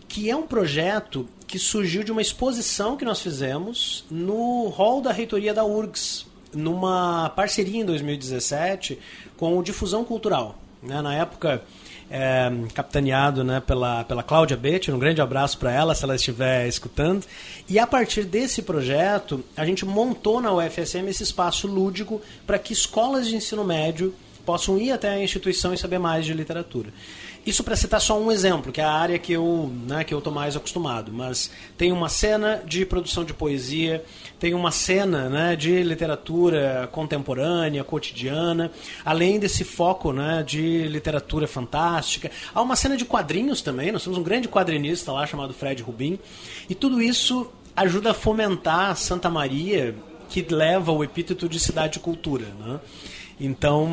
S5: que é um projeto que surgiu de uma exposição que nós fizemos no hall da reitoria da U R G S, numa parceria em dois mil e dezessete com o Difusão Cultural. Né? Na época, é, capitaneado, né, pela, pela Cláudia Betti, um grande abraço para ela, se ela estiver escutando. E a partir desse projeto, a gente montou na U F S M esse espaço lúdico para que escolas de ensino médio possam ir até a instituição e saber mais de literatura. Isso para citar só um exemplo, que é a área que eu né, que eu estou mais acostumado. Mas tem uma cena de produção de poesia, tem uma cena né, de literatura contemporânea, cotidiana, além desse foco né, de literatura fantástica. Há uma cena de quadrinhos também, nós temos um grande quadrinista lá chamado Fred Rubin. E tudo isso ajuda a fomentar Santa Maria, que leva o epíteto de cidade de cultura, né? Então,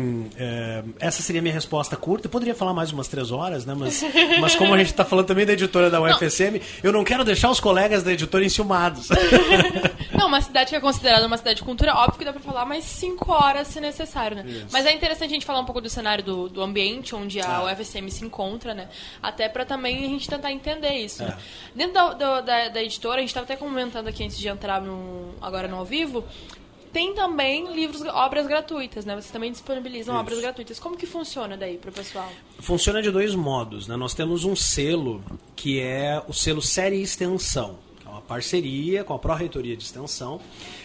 S5: é, essa seria a minha resposta curta. Eu poderia falar mais umas três horas, né? Mas, mas como a gente está falando também da editora da U F S M, não. eu não quero deixar os colegas da editora enciumados.
S4: Não, uma cidade que é considerada uma cidade de cultura, óbvio que dá para falar mais cinco horas se necessário, né? Isso. Mas é interessante a gente falar um pouco do cenário do, do ambiente onde a ah. U F S M se encontra, né? Até para também a gente tentar entender isso. É. Né? Dentro da, da, da, da editora, a gente estava até comentando aqui antes de entrar no, agora no ao vivo, tem também livros, obras gratuitas, né? Vocês também disponibilizam Isso. obras gratuitas. Como que funciona daí para o pessoal? Funciona
S5: de dois modos, né? Nós temos um selo que é o selo Série Extensão, que é uma parceria com a Pró-Reitoria de Extensão.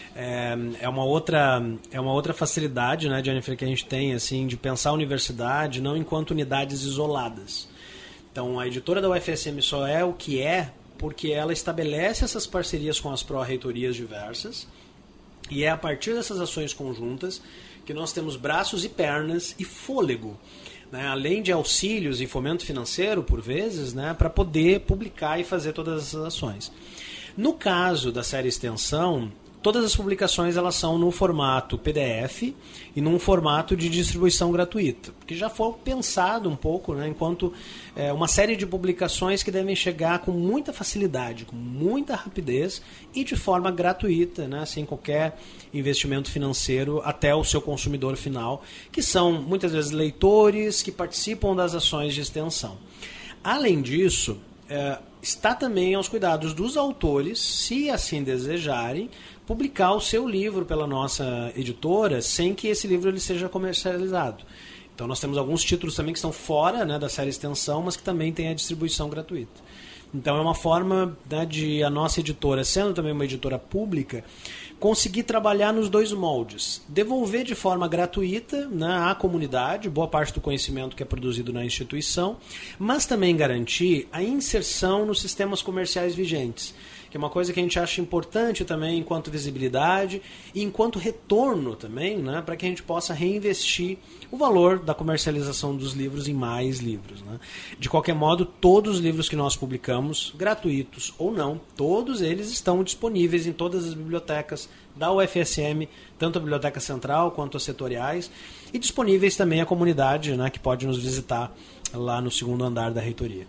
S5: É, é uma outra é uma outra facilidade, né, Jennifer, que a gente tem assim de pensar a universidade não enquanto unidades isoladas. Então a editora da U F S M só é o que é porque ela estabelece essas parcerias com as pró-reitorias diversas. E é a partir dessas ações conjuntas que nós temos braços e pernas e fôlego, né? Além de auxílios e fomento financeiro, por vezes, né? Para poder publicar e fazer todas essas ações. No caso da série Extensão, todas as publicações elas são no formato P D F e num formato de distribuição gratuita, porque já foi pensado um pouco, né, enquanto é, uma série de publicações que devem chegar com muita facilidade, com muita rapidez e de forma gratuita, né, sem qualquer investimento financeiro até o seu consumidor final, que são muitas vezes leitores que participam das ações de extensão. Além disso, é, está também aos cuidados dos autores, se assim desejarem, publicar o seu livro pela nossa editora sem que esse livro ele seja comercializado. Então nós temos alguns títulos também que estão fora, né, da série Extensão, mas que também tem a distribuição gratuita. Então é uma forma, né, de a nossa editora, sendo também uma editora pública, conseguir trabalhar nos dois moldes. Devolver de forma gratuita, né, à comunidade boa parte do conhecimento que é produzido na instituição, mas também garantir a inserção nos sistemas comerciais vigentes, que é uma coisa que a gente acha importante também enquanto visibilidade e enquanto retorno também, né, para que a gente possa reinvestir o valor da comercialização dos livros em mais livros. Né? De qualquer modo, todos os livros que nós publicamos, gratuitos ou não, todos eles estão disponíveis em todas as bibliotecas da U F S M, tanto a Biblioteca Central quanto as setoriais, e disponíveis também à comunidade, né, que pode nos visitar lá no segundo andar da reitoria.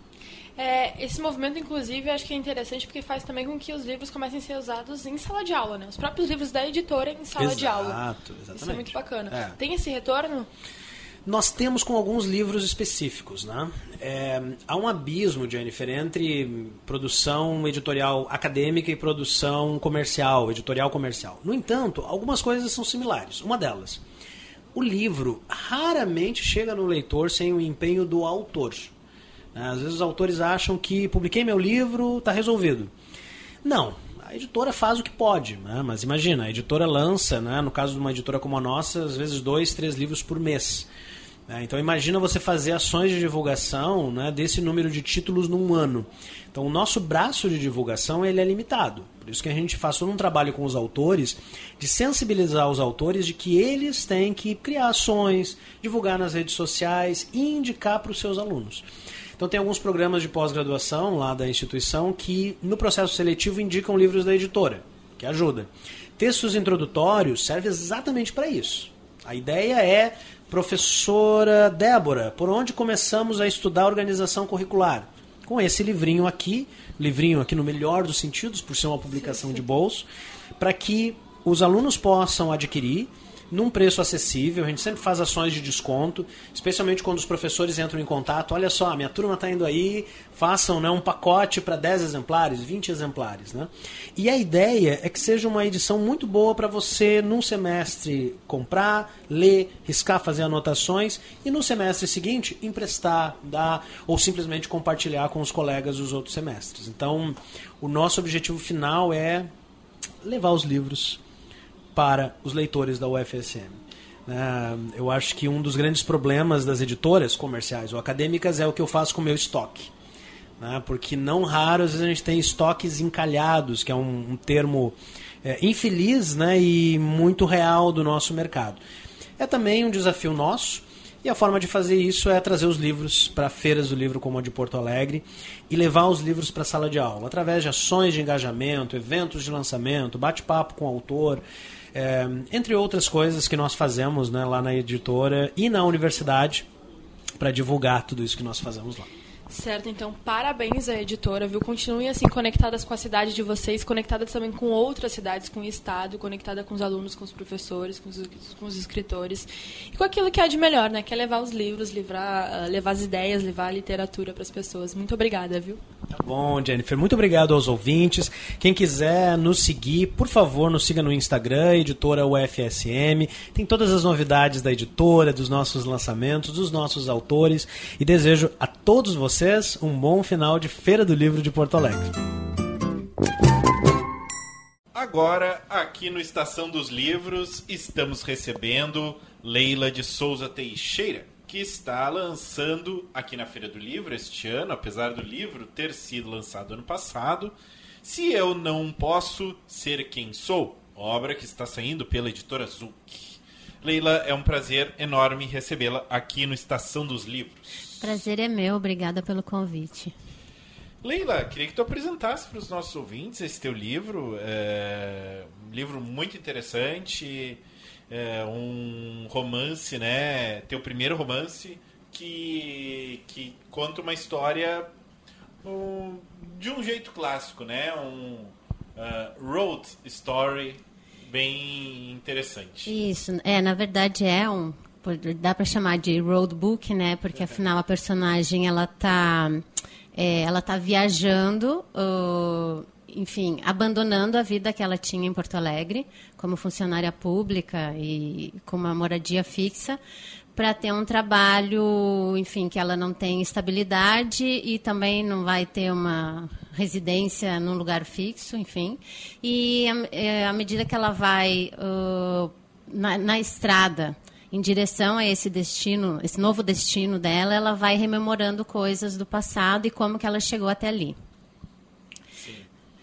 S4: É, esse movimento, inclusive, acho que é interessante porque faz também com que os livros comecem a ser usados em sala de aula, né? Os próprios livros da editora em sala
S5: Exato,
S4: de aula.
S5: Exatamente.
S4: Isso é muito bacana.
S5: É.
S4: Tem esse retorno?
S5: Nós temos com alguns livros específicos, né? É, há um abismo, Jennifer, entre produção editorial acadêmica e produção comercial, editorial comercial. No entanto, algumas coisas são similares. Uma delas, o livro raramente chega no leitor sem o empenho do autor. Às vezes os autores acham que publiquei meu livro, está resolvido. Não, a editora faz o que pode, né? Mas imagina, a editora lança, né, no caso de uma editora como a nossa, às vezes dois, três livros por mês. Então imagina você fazer ações de divulgação, né, desse número de títulos num ano. Então o nosso braço de divulgação ele é limitado. Por isso que a gente faz todo um trabalho com os autores de sensibilizar os autores de que eles têm que criar ações, divulgar nas redes sociais e indicar para os seus alunos. Então tem alguns programas de pós-graduação lá da instituição que no processo seletivo indicam livros da editora, que ajuda. Textos introdutórios servem exatamente para isso. A ideia é, professora Débora, por onde começamos a estudar organização curricular? Com esse livrinho aqui, livrinho aqui no melhor dos sentidos, por ser uma publicação de bolso, para que os alunos possam adquirir, num preço acessível. A gente sempre faz ações de desconto, especialmente quando os professores entram em contato. Olha só, minha turma está indo aí, façam, né, um pacote para dez exemplares, vinte exemplares. Né? E a ideia é que seja uma edição muito boa para você, num semestre, comprar, ler, riscar, fazer anotações e no semestre seguinte emprestar, dar ou simplesmente compartilhar com os colegas dos outros semestres. Então, o nosso objetivo final é levar os livros para os leitores da U F S M. Uh, eu acho que um dos grandes problemas das editoras comerciais ou acadêmicas é o que eu faço com o meu estoque. Né? Porque não raro, às vezes a gente tem estoques encalhados, que é um, um termo é, infeliz, né, e muito real do nosso mercado. É também um desafio nosso, e a forma de fazer isso é trazer os livros para feiras do livro como a de Porto Alegre e levar os livros para a sala de aula, através de ações de engajamento, eventos de lançamento, bate-papo com o autor, é, entre outras coisas que nós fazemos, né, lá na editora e na universidade para divulgar tudo isso que nós fazemos lá.
S4: Certo, então parabéns à editora, viu? Continuem assim conectadas com a cidade de vocês, conectadas também com outras cidades, com o estado, conectada com os alunos, com os professores, com os, com os escritores e com aquilo que há de melhor, né? Que é levar os livros, livrar, uh, levar as ideias, levar a literatura para as pessoas. Muito obrigada, viu?
S5: Tá bom, Jennifer. Muito obrigado aos ouvintes. Quem quiser nos seguir, por favor, nos siga no Instagram, editora U F S M. Tem todas as novidades da editora, dos nossos lançamentos, dos nossos autores e desejo a todos vocês Vocês um bom final de Feira do Livro de Porto Alegre.
S1: Agora, aqui no Estação dos Livros, estamos recebendo Leila de Souza Teixeira, que está lançando aqui na Feira do Livro este ano, apesar do livro ter sido lançado ano passado, Se Eu Não Posso Ser Quem Sou, obra que está saindo pela editora Zuc. Leila, é um prazer enorme recebê-la aqui no Estação dos Livros.
S3: Prazer é meu, obrigada pelo convite.
S1: Leila, queria que tu apresentasse para os nossos ouvintes esse teu livro. É um livro muito interessante, é um romance, né? Teu primeiro romance que, que conta uma história um, de um jeito clássico, né? Um uh, road story bem interessante.
S3: Isso, é, na verdade é um... Dá para chamar de roadbook, né? Porque afinal a personagem ela tá, é, ela tá viajando, uh, enfim, abandonando a vida que ela tinha em Porto Alegre como funcionária pública e com uma moradia fixa para ter um trabalho, enfim, que ela não tem estabilidade e também não vai ter uma residência num lugar fixo, enfim. E à medida que ela vai uh, na, na estrada em direção a esse destino, esse novo destino dela, ela vai rememorando coisas do passado e como que ela chegou até ali.
S1: Sim.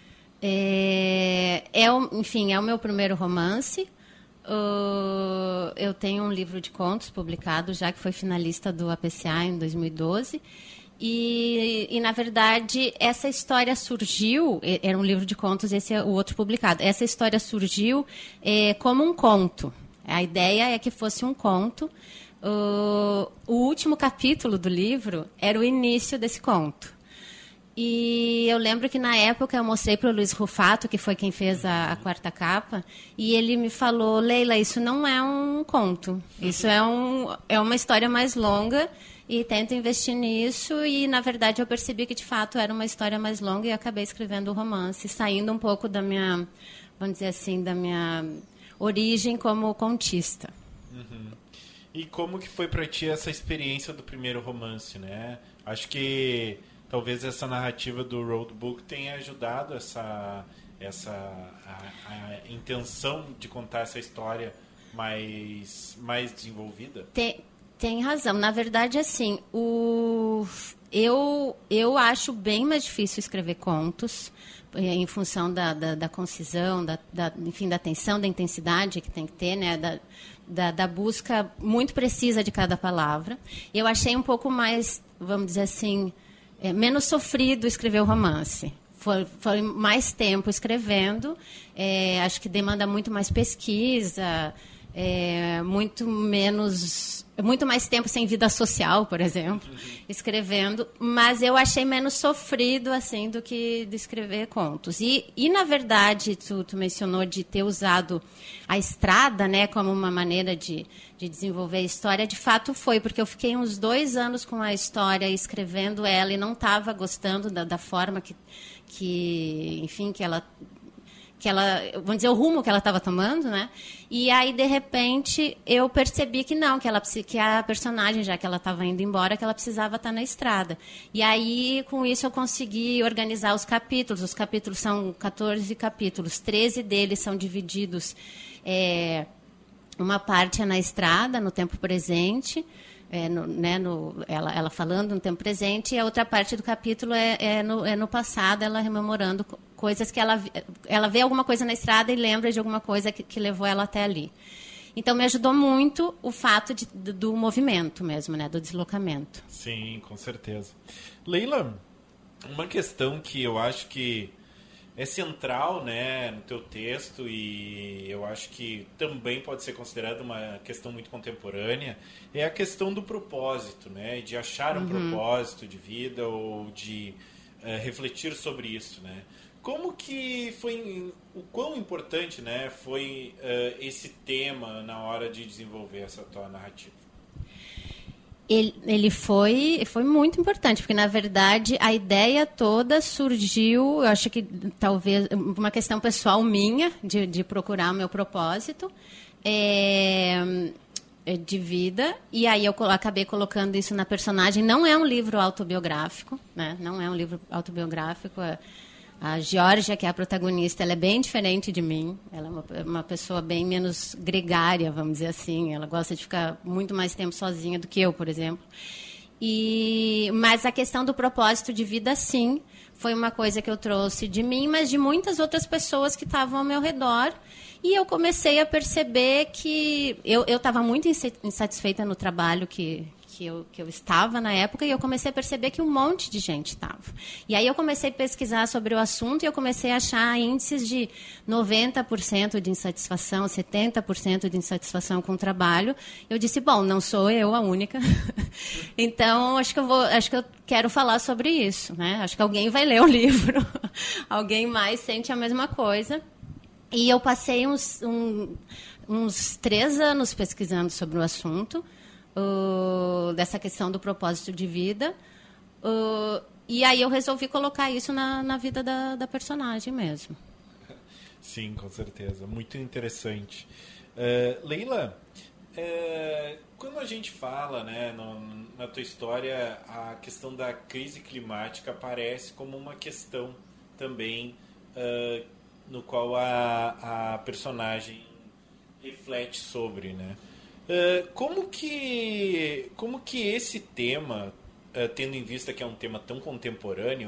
S3: É, é, enfim, é o meu primeiro romance. Uh, eu tenho um livro de contos publicado já, que foi finalista do A P C A em dois mil e doze. E, e, na verdade, essa história surgiu... Era um livro de contos, esse é o outro publicado. Essa história surgiu é, como um conto. A ideia é que fosse um conto. Uh, o último capítulo do livro era o início desse conto. E eu lembro que, na época, eu mostrei para o Luiz Rufato, que foi quem fez a, a quarta capa, e ele me falou, Leila, isso não é um conto. Isso é, um, é uma história mais longa e tento investir nisso. E, na verdade, eu percebi que, de fato, era uma história mais longa e acabei escrevendo o romance, saindo um pouco da minha, vamos dizer assim, da minha... origem como contista.
S1: Uhum. E como que foi para ti essa experiência do primeiro romance, né? Acho que talvez essa narrativa do roadbook tenha ajudado essa, essa a, a intenção de contar essa história mais, mais desenvolvida.
S3: Tem, tem razão. Na verdade, assim, o, eu, eu acho bem mais difícil escrever contos, em função da, da, da concisão, da, da, enfim, da atenção, da intensidade que tem que ter, né? da, da, da busca muito precisa de cada palavra. Eu achei um pouco mais, vamos dizer assim, é, menos sofrido escrever o romance. Foi, foi mais tempo escrevendo, é, acho que demanda muito mais pesquisa, é, muito menos, muito mais tempo sem vida social, por exemplo, uhum. escrevendo, mas eu achei menos sofrido assim do que de escrever contos. E, e na verdade, tu, tu mencionou de ter usado a estrada, né, como uma maneira de, de desenvolver a história. De fato foi, porque eu fiquei uns dois anos com a história, escrevendo ela, e não estava gostando da, da forma que, que, enfim, que ela... que ela, vamos dizer, o rumo que ela estava tomando, né? E aí, de repente, eu percebi que não, que, ela, que a personagem, já que ela estava indo embora, que ela precisava estar na estrada. E aí, com isso, eu consegui organizar os capítulos. Os capítulos são quatorze capítulos, treze deles são divididos. É, uma parte é na estrada, no tempo presente, É no, né, no, ela, ela falando no tempo presente, e a outra parte do capítulo é, é, no, é no passado, ela rememorando coisas que ela, ela vê alguma coisa na estrada e lembra de alguma coisa que, que levou ela até ali. Então, me ajudou muito o fato de, do, do movimento mesmo, né, do deslocamento.
S1: Sim, com certeza. Leila, uma questão que eu acho que é central, né, no teu texto, e eu acho que também pode ser considerada uma questão muito contemporânea, é a questão do propósito, né, de achar um uhum. propósito de vida ou de uh, refletir sobre isso, né. Como que foi, o quão importante, né, foi uh, esse tema na hora de desenvolver essa tua narrativa?
S3: Ele, ele foi, foi muito importante, porque, na verdade, a ideia toda surgiu, eu acho que talvez, uma questão pessoal minha, de, de procurar o meu propósito é, de vida, e aí eu acabei colocando isso na personagem. Não é um livro autobiográfico, né? Não é um livro autobiográfico. A Georgia, que é a protagonista, ela é bem diferente de mim. Ela é uma, uma pessoa bem menos gregária, vamos dizer assim. Ela gosta de ficar muito mais tempo sozinha do que eu, por exemplo. E, mas a questão do propósito de vida, sim, foi uma coisa que eu trouxe de mim, mas de muitas outras pessoas que estavam ao meu redor. E eu comecei a perceber que eu estava muito insatisfeita no trabalho que... Que eu, que eu estava na época, e eu comecei a perceber que um monte de gente estava. E aí eu comecei a pesquisar sobre o assunto e eu comecei a achar índices de noventa por cento de insatisfação, setenta por cento de insatisfação com o trabalho. Eu disse, bom, não sou eu a única. Então, acho que, eu vou, acho que eu quero falar sobre isso, né? Acho que alguém vai ler o livro. Alguém mais sente a mesma coisa. E eu passei uns, um, uns três anos pesquisando sobre o assunto. Uh, dessa questão do propósito de vida, uh, e aí eu resolvi colocar isso na, na vida da, da personagem mesmo.
S1: Sim, com certeza, muito interessante. uh, Leila, uh, quando a gente fala, né, no, na tua história, a questão da crise climática aparece como uma questão também uh, no qual a, a personagem reflete sobre, né? Uh, como que como que esse tema, uh, tendo em vista que é um tema tão contemporâneo,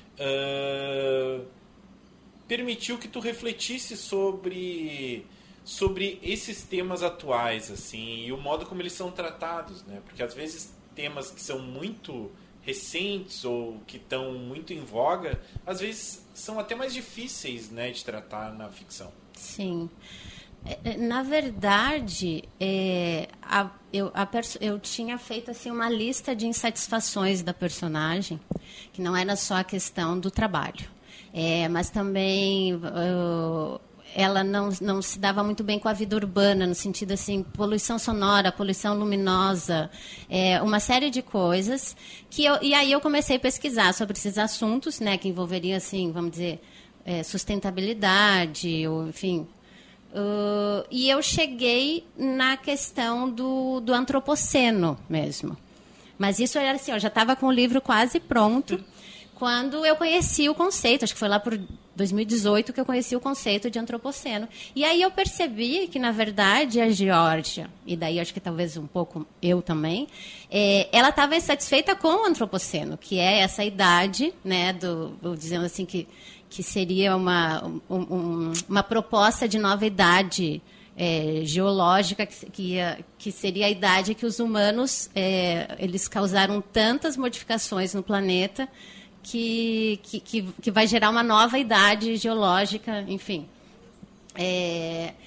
S1: uh, permitiu que tu refletisse sobre sobre esses temas atuais, assim, e o modo como eles são tratados, né? Porque às vezes temas que são muito recentes ou que estão muito em voga, às vezes são até mais difíceis, né, de tratar na ficção.
S3: Sim. Na verdade, é, a, eu, a, eu tinha feito assim, uma lista de insatisfações da personagem, que não era só a questão do trabalho, é, mas também uh, ela não, não se dava muito bem com a vida urbana, no sentido assim, poluição sonora, poluição luminosa, é, uma série de coisas. Que eu, e aí eu comecei a pesquisar sobre esses assuntos, né, que envolveriam, assim, vamos dizer, é, sustentabilidade, ou, enfim... Uh, e eu cheguei na questão do, do antropoceno mesmo. Mas isso era assim, eu já estava com o livro quase pronto quando eu conheci o conceito. Acho que foi lá por dois mil e dezoito que eu conheci o conceito de antropoceno. E aí eu percebi que, na verdade, a Georgia, e daí acho que talvez um pouco eu também, é, ela estava insatisfeita com o antropoceno, que é essa idade, né, do, dizendo assim que que seria uma, um, uma proposta de nova idade é, geológica, que, que, ia, que seria a idade que os humanos é, eles causaram tantas modificações no planeta que, que, que, que vai gerar uma nova idade geológica, enfim. É,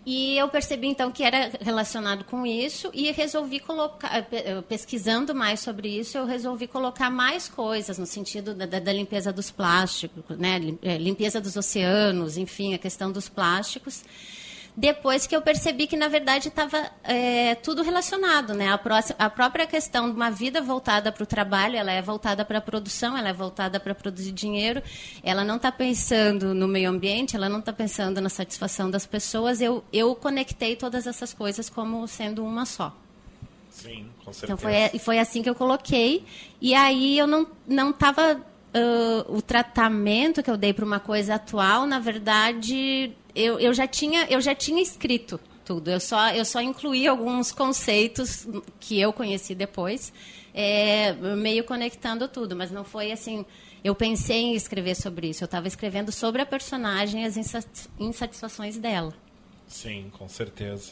S6: E eu percebi, então, que era relacionado com isso e resolvi colocar, pesquisando mais sobre isso, eu resolvi colocar mais coisas no sentido da, da limpeza dos plásticos, né? Limpeza dos oceanos, enfim, a questão dos plásticos. Depois que eu percebi que, na verdade, estava é, tudo relacionado, né? A, próxima, a própria questão de uma vida voltada para o trabalho, ela é voltada para a produção, ela é voltada para produzir dinheiro, ela não está pensando no meio ambiente, ela não está pensando na satisfação das pessoas. Eu, eu conectei todas essas coisas como sendo uma só.
S1: Sim, com certeza.
S6: Então, foi, foi assim que eu coloquei. E aí eu não não estava... Uh, o tratamento que eu dei para uma coisa atual, na verdade... Eu, eu, já tinha, eu já tinha escrito tudo, eu só, eu só incluí alguns conceitos que eu conheci depois, é, meio conectando tudo, mas não foi assim, eu pensei em escrever sobre isso, eu estava escrevendo sobre a personagem e as insatisfações dela.
S1: Sim, com certeza.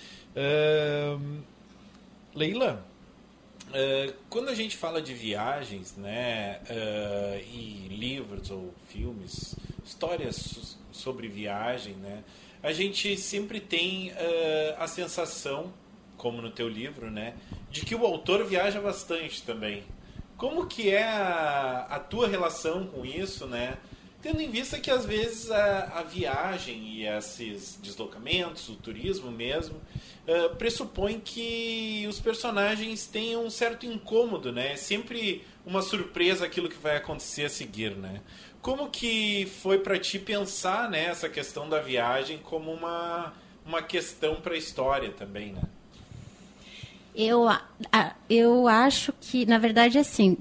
S1: Uh, Leila, uh, quando a gente fala de viagens, né, uh, e livros ou filmes, histórias sobre viagem, né? A gente sempre tem uh, a sensação, como no teu livro, né, de que o autor viaja bastante também. Como que é a, a tua relação com isso, né? Tendo em vista que às vezes a, a viagem e esses deslocamentos, o turismo mesmo, uh, pressupõe que os personagens tenham um certo incômodo, né? É sempre uma surpresa aquilo que vai acontecer a seguir, né? Como que foi para ti pensar, né, essa questão da viagem como uma, uma questão para a história também, né?
S6: Eu, eu acho que, na verdade, assim,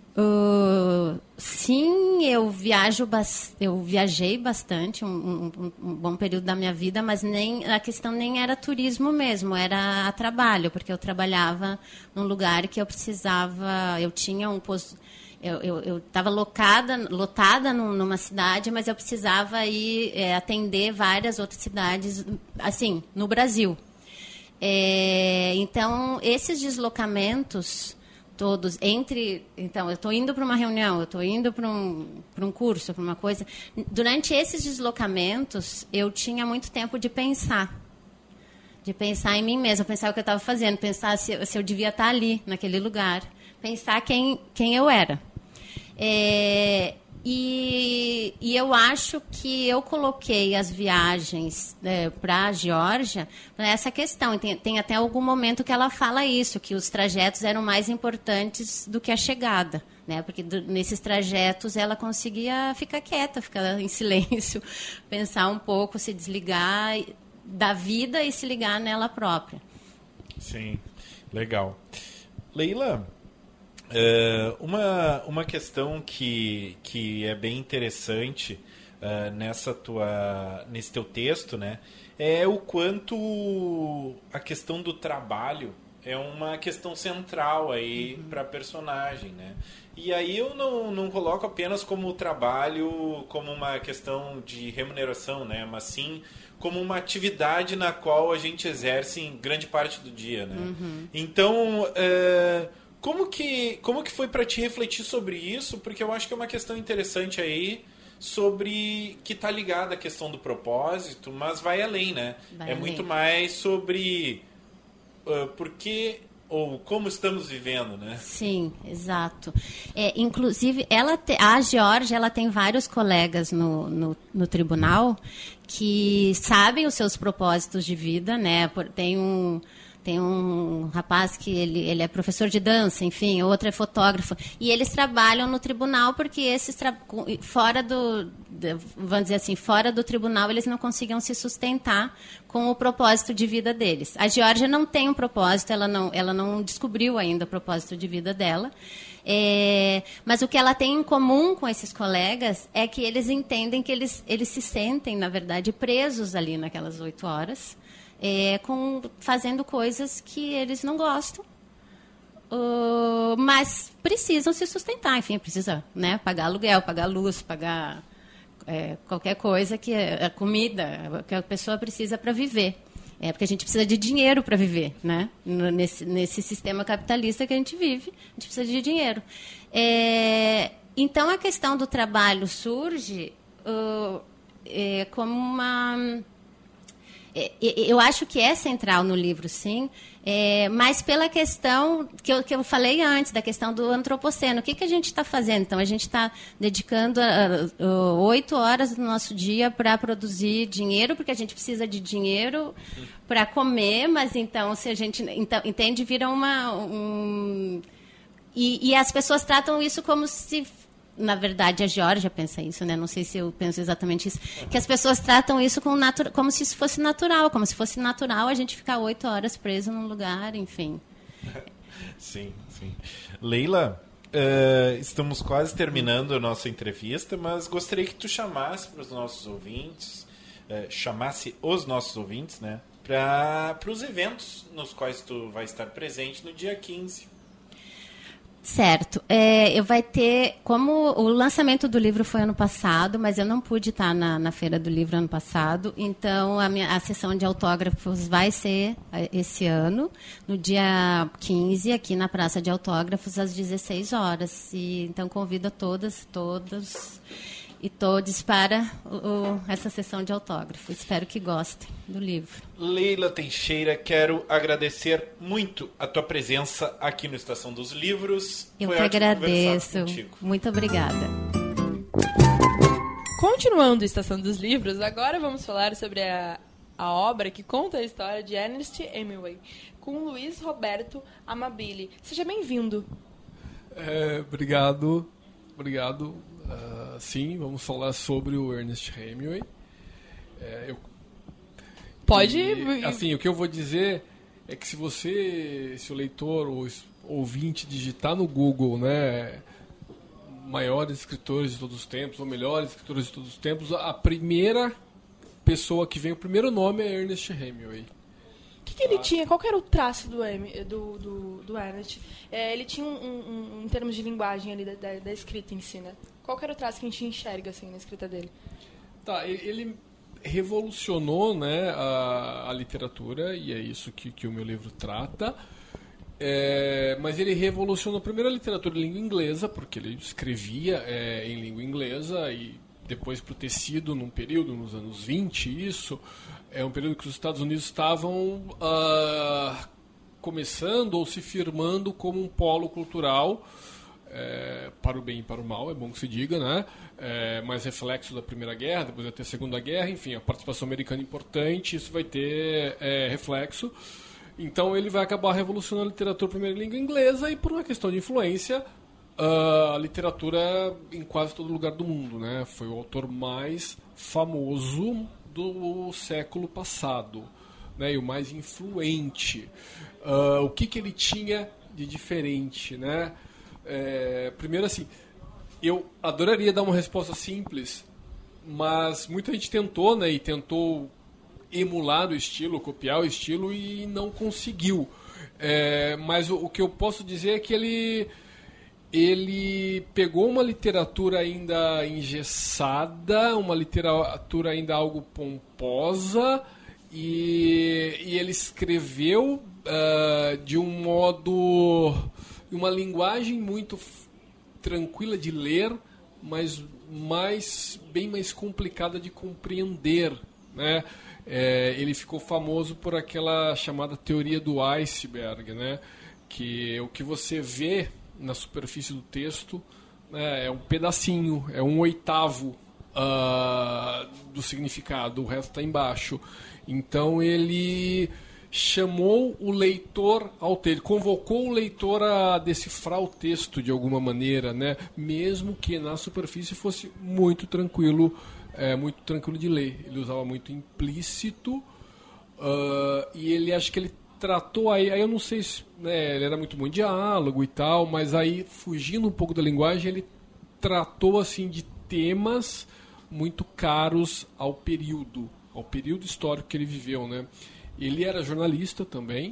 S6: uh, sim, eu viajo, eu viajei bastante, um, um, um bom período da minha vida, mas nem, a questão nem era turismo mesmo, era trabalho, porque eu trabalhava num lugar que eu precisava, eu tinha um posto... Eu estava lotada, lotada numa cidade, mas eu precisava ir é, atender várias outras cidades, assim, no Brasil. É, então, esses deslocamentos todos, entre... Então, eu estou indo para uma reunião, eu estou indo para um, para um curso, para uma coisa... Durante esses deslocamentos, eu tinha muito tempo de pensar. De pensar em mim mesma, pensar o que eu estava fazendo, pensar se, se eu devia estar ali, naquele lugar. Pensar quem, quem eu era. É, e, e eu acho que eu coloquei as viagens é, para a Geórgia nessa questão. Tem, tem até algum momento que ela fala isso, que os trajetos eram mais importantes do que a chegada. Né? Porque do, nesses trajetos ela conseguia ficar quieta, ficar em silêncio, pensar um pouco, se desligar da vida e se ligar nela própria.
S1: Sim, legal. Leila... Uh, uma, uma questão que, que é bem interessante uh, nessa tua, nesse teu texto, né, é o quanto a questão do trabalho é uma questão central aí uhum. para a personagem, né? E aí eu não, não coloco apenas como trabalho como uma questão de remuneração, né, mas sim como uma atividade na qual a gente exerce em grande parte do dia, né? Uhum. Então... Uh, Como que, como que foi para ti refletir sobre isso? Porque eu acho que é uma questão interessante aí sobre que está ligada à questão do propósito, mas vai além, né? Vai é além. Muito mais sobre uh, por que ou como estamos vivendo, né?
S6: Sim, exato. É, inclusive, ela te, a Geórgia, ela tem vários colegas no, no, no tribunal que sabem os seus propósitos de vida, né? Tem um... Tem um rapaz que ele, ele é professor de dança, enfim, outro é fotógrafo. E eles trabalham no tribunal porque esses tra... fora do, vamos dizer assim, fora do tribunal eles não conseguiam se sustentar com o propósito de vida deles. A Geórgia não tem um propósito, ela não, ela não descobriu ainda o propósito de vida dela. É, mas o que ela tem em comum com esses colegas é que eles entendem que eles, eles se sentem, na verdade, presos ali naquelas oito horas. É, com, fazendo coisas que eles não gostam, uh, mas precisam se sustentar, enfim, precisa, né, pagar aluguel, pagar luz, pagar é, qualquer coisa, que a comida que a pessoa precisa para viver. É porque a gente precisa de dinheiro para viver, né? Nesse, nesse sistema capitalista que a gente vive, a gente precisa de dinheiro. É, então, a questão do trabalho surge uh, é, como uma... eu acho que é central no livro, sim, é, mas pela questão que eu, que eu falei antes, da questão do antropoceno. O que, que a gente está fazendo? Então, a gente está dedicando oito horas do nosso dia para produzir dinheiro, porque a gente precisa de dinheiro para comer, mas então, se a gente então, entende, vira uma... Um, e, e as pessoas tratam isso como se... Na verdade, a Geórgia pensa isso, né? Não sei se eu penso exatamente isso. Que as pessoas tratam isso como, natu- como se isso fosse natural. Como se fosse natural a gente ficar oito horas preso num lugar, enfim.
S1: Sim, sim. Leila, uh, estamos quase terminando a nossa entrevista, mas gostaria que tu chamasse para os nossos ouvintes, uh, chamasse os nossos ouvintes, né? Para os eventos nos quais tu vai estar presente no dia quinze.
S6: Certo. É, eu vai ter, como o lançamento do livro foi ano passado, mas eu não pude estar na, na Feira do Livro ano passado, então a, minha, a sessão de autógrafos vai ser esse ano, no dia quinze, aqui na Praça de Autógrafos, às dezesseis horas. E, então convido a todas, todos e todos para o, o, essa sessão de autógrafo. Espero que gostem do livro.
S1: Leila Teixeira, quero agradecer muito a tua presença aqui no Estação dos Livros.
S6: Eu
S1: Foi
S6: que
S1: ótimo
S6: agradeço.
S1: contigo.
S6: Muito obrigada.
S4: Continuando Estação dos Livros, agora vamos falar sobre a, a obra que conta a história de Ernest Hemingway, com Luiz Roberto Amabile. Seja bem-vindo.
S7: É, obrigado. Obrigado. Uh, sim, vamos falar sobre o Ernest Hemingway. É, eu,
S4: Pode.
S7: E, assim, o que eu vou dizer é que se você, se o leitor ou ouvinte digitar no Google, né, maiores escritores de todos os tempos ou melhores escritores de todos os tempos, a primeira pessoa que vem, o primeiro nome é Ernest Hemingway.
S4: O que, que ele tinha? Qual que era o traço do, do, do, do Ernest? É, ele tinha, um, um, um, em termos de linguagem ali da, da, da escrita em si, né? Qual que era o traço que a gente enxerga assim, na escrita dele?
S7: Tá, ele revolucionou, né, a, a literatura, e é isso que, que o meu livro trata. É, mas ele revolucionou primeiro a literatura em língua inglesa, porque ele escrevia é, em língua inglesa, e depois para o tecido, num período, nos anos vinte, isso... É um período que os Estados Unidos estavam uh, começando ou se firmando como um polo cultural, é, para o bem e para o mal, é bom que se diga, né? É, mais reflexo da Primeira Guerra, depois vai ter a Segunda Guerra, enfim, a participação americana importante, isso vai ter é, reflexo. Então ele vai acabar revolucionando a literatura primeiro em língua inglesa e, por uma questão de influência, uh, a literatura em quase todo lugar do mundo, né? Foi o autor mais famoso do século passado, né, e o mais influente. Uh, o que, que ele tinha de diferente, né? É, primeiro, assim, eu adoraria dar uma resposta simples, mas muita gente tentou, né, e tentou emular o estilo, copiar o estilo e não conseguiu. É, mas o, o que eu posso dizer é que ele ele pegou uma literatura ainda engessada, uma literatura ainda algo pomposa, e, e ele escreveu uh, de um modo, uma linguagem muito tranquila de ler, mas mais, bem mais complicada de compreender, né? É, ele ficou famoso por aquela chamada teoria do iceberg, né? Que o que você vê na superfície do texto, né, é um pedacinho, é um oitavo uh, do significado, o resto está embaixo. Então ele chamou o leitor ao texto, ele convocou o leitor a decifrar o texto de alguma maneira, né, mesmo que na superfície fosse muito tranquilo, é, muito tranquilo de ler. Ele usava muito implícito, uh, e ele acho que ele tratou aí, aí eu não sei se, né, ele era muito bom em diálogo e tal, mas aí, fugindo um pouco da linguagem, ele tratou assim de temas muito caros ao período, ao período histórico que ele viveu, né? Ele era jornalista também,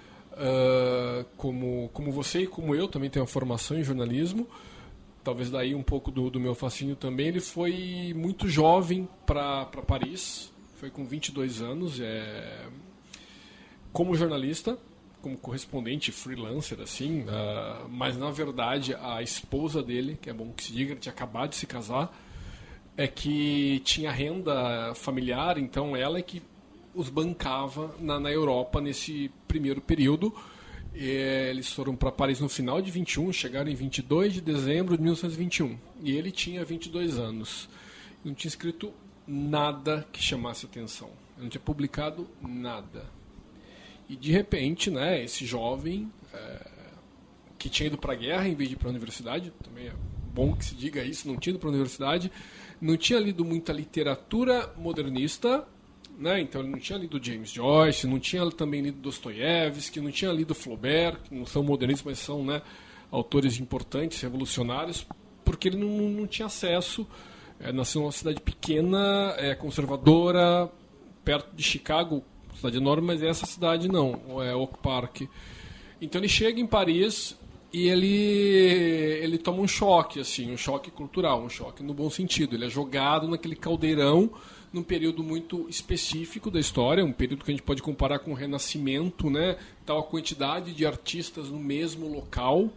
S7: uh, como, como você e como eu, também tenho uma formação em jornalismo, talvez daí um pouco do, do meu fascínio também. Ele foi muito jovem para Paris, foi com vinte e dois anos, é... como jornalista, como correspondente, freelancer, assim, uh, mas na verdade a esposa dele, que é bom que se diga, ele tinha acabado de se casar, é que tinha renda familiar, então ela é que os bancava na, na Europa nesse primeiro período. É, eles foram para Paris no final de vinte e um, chegaram em vinte e dois de dezembro de mil novecentos e vinte e um. E ele tinha vinte e dois anos. Não tinha escrito nada que chamasse atenção. Ele não tinha publicado nada. E de repente, né, esse jovem é, que tinha ido para a guerra em vez de ir para a universidade, também é bom que se diga isso, não tinha ido para a universidade, não tinha lido muita literatura modernista, né? Então ele não tinha lido James Joyce, não tinha também lido Dostoiévski, não tinha lido Flaubert, que não são modernistas, mas são, né, autores importantes, revolucionários, porque ele não, não tinha acesso. É, nasceu numa cidade pequena, é, conservadora, perto de Chicago, cidade enorme, mas essa cidade não, é Oak Park. Então ele chega em Paris e ele, ele toma um choque, assim, um choque cultural, um choque no bom sentido. Ele é jogado naquele caldeirão num período muito específico da história, um período que a gente pode comparar com o Renascimento, né? Tal a quantidade de artistas no mesmo local.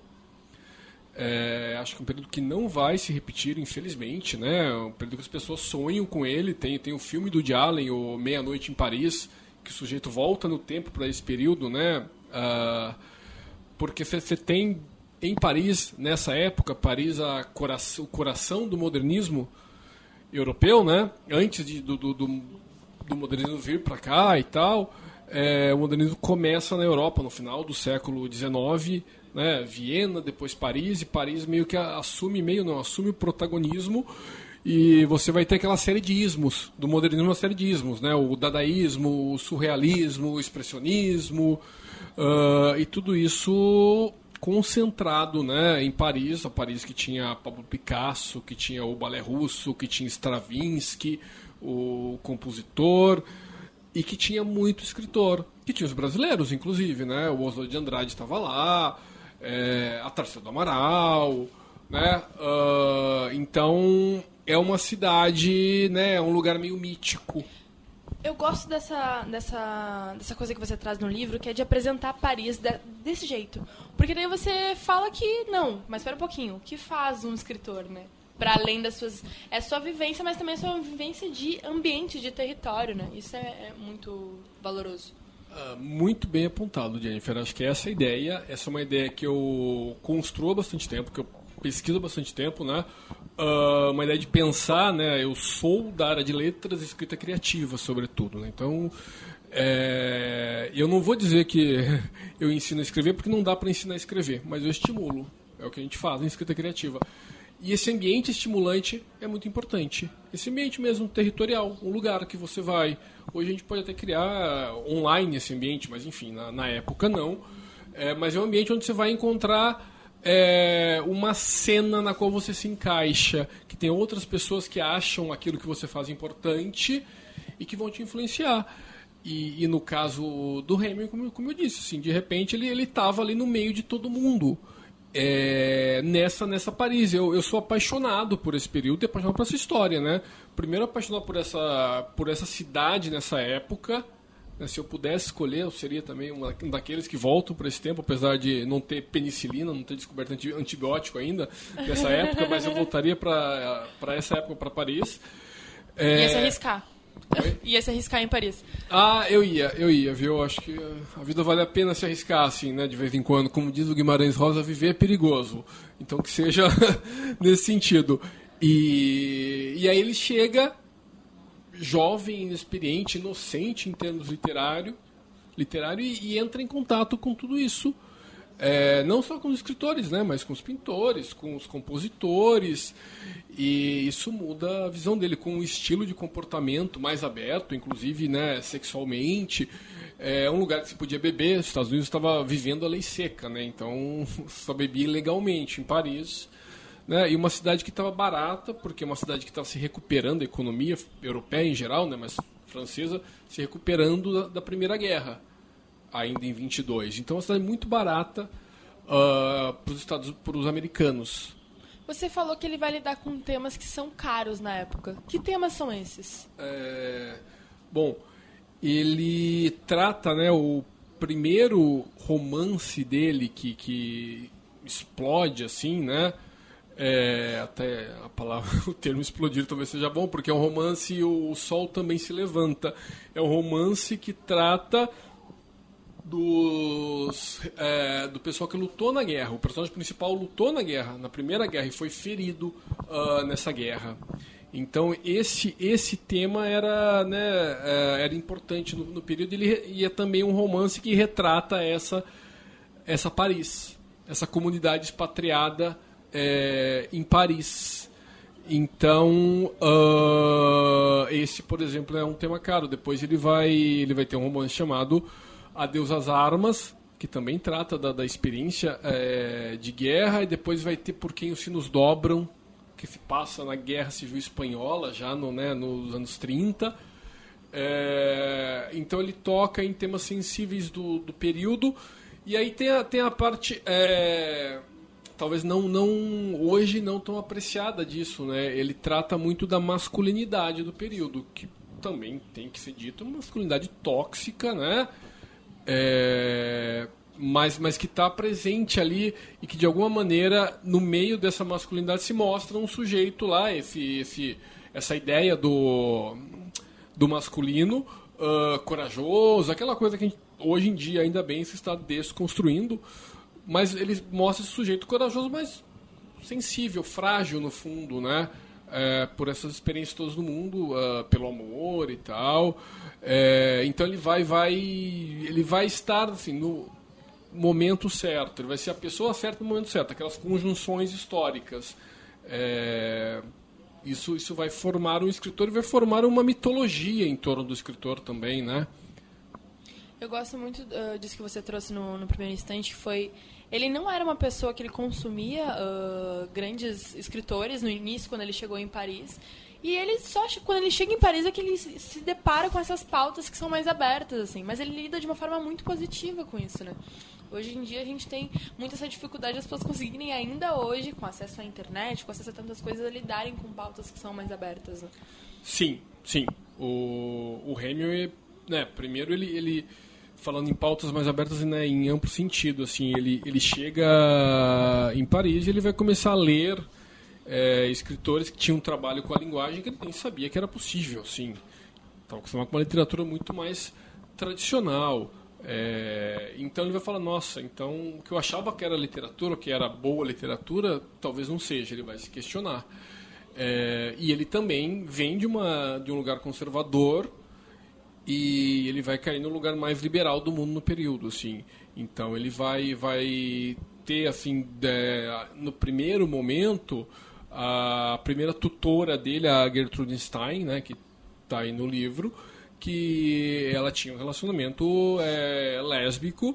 S7: É, acho que é um período que não vai se repetir, infelizmente, né? Um período que as pessoas sonham com ele. Tem, tem o filme do Woody Allen, o Meia-Noite em Paris, que o sujeito volta no tempo para esse período, né? Uh, porque você tem em Paris, nessa época, Paris a cora o coração do modernismo europeu, né? Antes de, do, do, do modernismo vir para cá e tal, é, o modernismo começa na Europa, no final do século dezenove, né? Viena, depois Paris, e Paris meio que assume, meio não, assume o protagonismo. E você vai ter aquela série de ismos, do modernismo, uma série de ismos, né? O dadaísmo, o surrealismo, o expressionismo, uh, e tudo isso concentrado, né, em Paris, a Paris que tinha Pablo Picasso, que tinha o balé russo, que tinha Stravinsky, o compositor, e que tinha muito escritor, que tinha os brasileiros, inclusive, né? O Oswald de Andrade estava lá, é, a Tarsila do Amaral, né? Uh, então é uma cidade, né, é um lugar meio mítico.
S4: Eu gosto dessa, dessa, dessa coisa que você traz no livro, que é de apresentar Paris de, desse jeito. Porque daí você fala que, não, mas espera um pouquinho, o que faz um escritor, né? Para além das suas... É sua vivência, mas também é sua vivência de ambiente, de território, né? Isso é, é muito valoroso.
S7: Uh, muito bem apontado, Jennifer. Acho que essa é a ideia. Essa é uma ideia que eu construo há bastante tempo, que eu pesquiso há bastante tempo, né? Uh, uma ideia de pensar, né? Eu sou da área de letras e escrita criativa, sobretudo, né? Então, é, eu não vou dizer que eu ensino a escrever, porque não dá para ensinar a escrever, mas eu estimulo. É o que a gente faz em escrita criativa. E esse ambiente estimulante é muito importante. Esse ambiente mesmo territorial, um lugar que você vai. Hoje a gente pode até criar online esse ambiente, mas enfim, na, na época não. É, mas é um ambiente onde você vai encontrar é, uma cena na qual você se encaixa, que tem outras pessoas que acham aquilo que você faz importante e que vão te influenciar. E, e no caso do Hemingway, como, como eu disse, assim, de repente ele estava ali no meio de todo mundo. É, nessa, nessa Paris. Eu, eu sou apaixonado por esse período e apaixonado por essa história, né? Primeiro apaixonado por essa, por essa cidade nessa época, né? Se eu pudesse escolher, eu seria também uma, um daqueles que voltam para esse tempo, apesar de não ter penicilina, não ter descoberto anti, antibiótico ainda nessa época, mas eu voltaria para essa época, para Paris.
S4: É... Ia se arriscar. Oi? Ia se arriscar em Paris.
S7: Ah, eu ia, eu ia, viu? Acho que a vida vale a pena se arriscar, assim, né? De vez em quando. Como diz o Guimarães Rosa, viver é perigoso. Então que seja nesse sentido. E, e aí ele chega, jovem, inexperiente, inocente em termos literário, literário e, e entra em contato com tudo isso. É, não só com os escritores, né, mas com os pintores, com os compositores, e isso muda a visão dele, com um estilo de comportamento mais aberto, inclusive, né, sexualmente. É um lugar que se podia beber. Os Estados Unidos estava vivendo a lei seca, né, então só bebia ilegalmente em Paris, né, e uma cidade que estava barata, porque é uma cidade que estava se recuperando, a economia europeia em geral, né, mas francesa, se recuperando da, da Primeira Guerra, ainda em vinte e dois. Então é uma cidade muito barata uh, para os Estados, para os americanos.
S4: Você falou que ele vai lidar com temas que são caros na época. Que temas são esses?
S7: É, bom, ele trata, né, o primeiro romance dele que, que explode assim, né, É, até a palavra, o termo explodir talvez seja bom, porque é um romance O Sol Também Se Levanta. É um romance que trata dos, é, do pessoal que lutou na guerra. O personagem principal lutou na guerra, na Primeira Guerra, e foi ferido uh, nessa guerra. Então esse, esse tema era, né, era importante no, no período, ele, e é também um romance que retrata essa, essa Paris, essa comunidade expatriada é, em Paris. Então uh, esse, por exemplo, é um tema caro. Depois ele vai, ele vai ter um romance chamado Adeus às Armas, que também trata da, da experiência é, de guerra, e depois vai ter Por Quem os Sinos Dobram, que se passa na Guerra Civil Espanhola, já no, né, nos anos trinta. É, então ele toca em temas sensíveis do, do período. E aí tem a, tem a parte, é, talvez não, não hoje não tão apreciada disso, né? Ele trata muito da masculinidade do período, que também tem que ser dito, uma masculinidade tóxica, né? É, mas, mas que está presente ali e que de alguma maneira no meio dessa masculinidade se mostra um sujeito lá, esse, esse, essa ideia do, do masculino uh, corajoso, aquela coisa que a gente, hoje em dia ainda bem se está desconstruindo, mas ele mostra esse sujeito corajoso, mas sensível, frágil no fundo, né? É, por essas experiências todas no mundo, uh, pelo amor e tal. É, então ele vai, vai, ele vai estar assim, no momento certo, ele vai ser a pessoa certa no momento certo, aquelas conjunções históricas. É, isso, isso vai formar um escritor e vai formar uma mitologia em torno do escritor também, né?
S4: Eu gosto muito uh, disso que você trouxe no, no primeiro instante, que foi... Ele não era uma pessoa que ele consumia uh, grandes escritores no início, quando ele chegou em Paris. E ele só, quando ele chega em Paris, é que ele se depara com essas pautas que são mais abertas, assim. Mas ele lida de uma forma muito positiva com isso, né? Hoje em dia a gente tem muita essa dificuldade das pessoas conseguirem ainda hoje, com acesso à internet, com acesso a tantas coisas, a lidarem com pautas que são mais abertas, né?
S7: Sim, sim. O, o Hemingway, né, primeiro ele... ele... falando em pautas mais abertas, né, em amplo sentido, assim, ele, ele chega em Paris e ele vai começar a ler é, escritores que tinham um trabalho com a linguagem que ele nem sabia que era possível, assim. Estava acostumado com uma literatura muito mais tradicional. É, então ele vai falar, nossa, então o que eu achava que era literatura, que era boa literatura, talvez não seja, ele vai se questionar. É, e ele também vem de, uma, de um lugar conservador, e ele vai cair no lugar mais liberal do mundo no período, assim. Então ele vai, vai ter, assim, de, no primeiro momento, a primeira tutora dele, a Gertrude Stein, né, que está aí no livro, que ela tinha um relacionamento é, lésbico,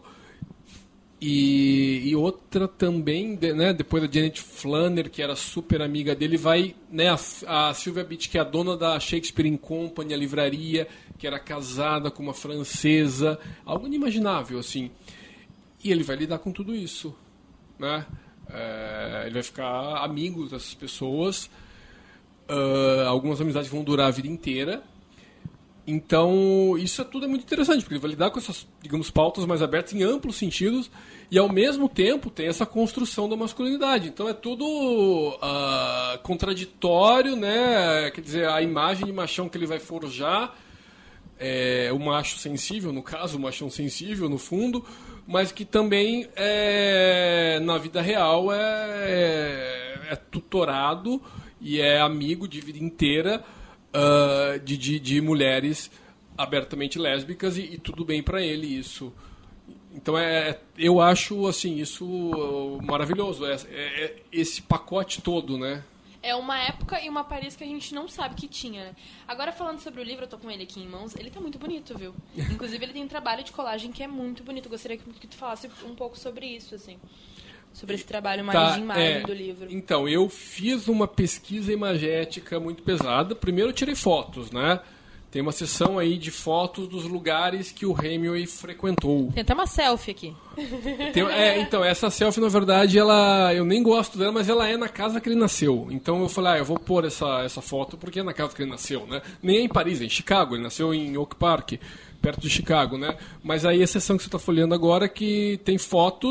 S7: e, e outra também, né, depois da Janet Flanner, que era super amiga dele, vai, né, a, a Sylvia Beach, que é a dona da Shakespeare and Company, a livraria, que era casada com uma francesa, algo inimaginável, assim. E ele vai lidar com tudo isso, né? É, ele vai ficar amigo dessas pessoas, uh, algumas amizades vão durar a vida inteira. Então, isso é tudo é muito interessante, porque ele vai lidar com essas, digamos, pautas mais abertas em amplos sentidos, e ao mesmo tempo tem essa construção da masculinidade. Então é tudo uh, contraditório, né? Quer dizer, a imagem de machão que ele vai forjar é o macho sensível, no caso, o machão sensível, no fundo, mas que também, é, na vida real, é, é, é tutorado e é amigo de vida inteira Uh, de, de, de mulheres abertamente lésbicas, e, e tudo bem para ele isso. Então é, eu acho assim isso maravilhoso, é, é, é esse pacote todo, né?
S4: É uma época e uma Paris que a gente não sabe que tinha, né? Agora, falando sobre o livro, eu tô com ele aqui em mãos, ele tá muito bonito, viu? Inclusive ele tem um trabalho de colagem que é muito bonito. Gostaria que, que tu falasse um pouco sobre isso, assim. Sobre esse trabalho mais
S7: tá,
S4: de imagem
S7: é,
S4: do livro.
S7: Então, eu fiz uma pesquisa imagética muito pesada. Primeiro eu tirei fotos, né? Tem uma seção aí de fotos dos lugares que o Hemingway frequentou.
S4: Tem até uma selfie aqui.
S7: Tem, é, então, essa selfie, na verdade, ela, eu nem gosto dela, mas ela é na casa que ele nasceu. Então eu falei, ah, eu vou pôr essa, essa foto porque é na casa que ele nasceu, né? Nem é em Paris, é em Chicago. Ele nasceu em Oak Park, perto de Chicago, né? Mas aí a seção que você está folheando agora que tem fotos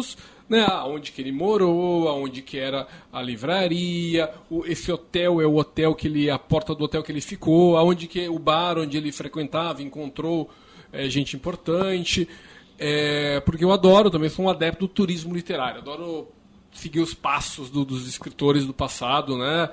S7: né, aonde que ele morou, aonde que era a livraria, o, esse hotel é o hotel que ele, a porta do hotel que ele ficou, aonde que o bar onde ele frequentava, encontrou é, gente importante, é, porque eu adoro, também sou um adepto do turismo literário, adoro seguir os passos do, dos escritores do passado, né?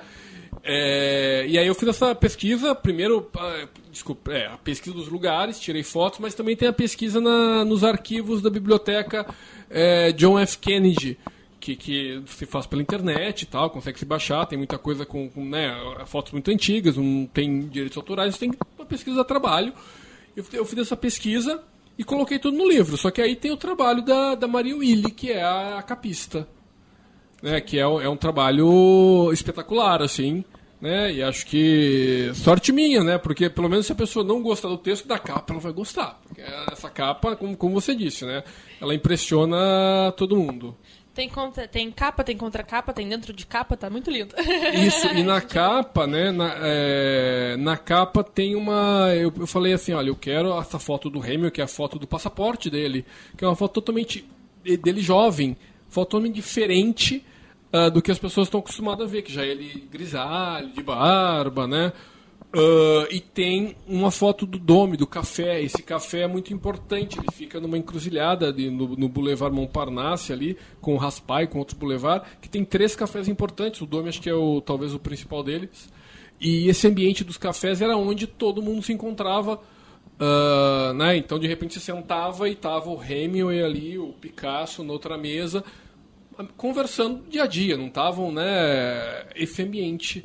S7: É, e aí eu fiz essa pesquisa, primeiro, a, desculpa, é, a pesquisa dos lugares, tirei fotos, mas também tem a pesquisa na, nos arquivos da biblioteca é, John F. Kennedy, que, que se faz pela internet e tal, consegue se baixar, tem muita coisa com, com né, fotos muito antigas, não tem direitos autorais, tem uma pesquisa a trabalho. Eu, eu fiz essa pesquisa e coloquei tudo no livro, só que aí tem o trabalho da, da Maria Willy, que é a, a capista. Né, que é, é um trabalho espetacular, assim, né, e acho que sorte minha, né, porque pelo menos se a pessoa não gostar do texto, da capa ela vai gostar, porque essa capa, como, como você disse, né, ela impressiona todo mundo.
S4: Tem, contra, tem capa, tem contracapa, tem dentro de capa, tá muito lindo.
S7: Isso, e na capa, né, na, é, na capa tem uma, eu, eu falei assim, olha, eu quero essa foto do Hemingway, que é a foto do passaporte dele, que é uma foto totalmente dele jovem, foto totalmente diferente Uh, do que as pessoas estão acostumadas a ver, que já é ele grisalho, de barba, né? Uh, e tem uma foto do Dome, do café. Esse café é muito importante, ele fica numa encruzilhada de, no, no Boulevard Montparnasse ali, com o Raspail, com outro boulevard, que tem três cafés importantes. O Dome acho que é o, talvez o principal deles. E esse ambiente dos cafés era onde todo mundo se encontrava. Uh, né? Então, de repente, você sentava e estava o Hemingway ali, o Picasso na outra mesa, conversando dia a dia, não estavam, né, esse ambiente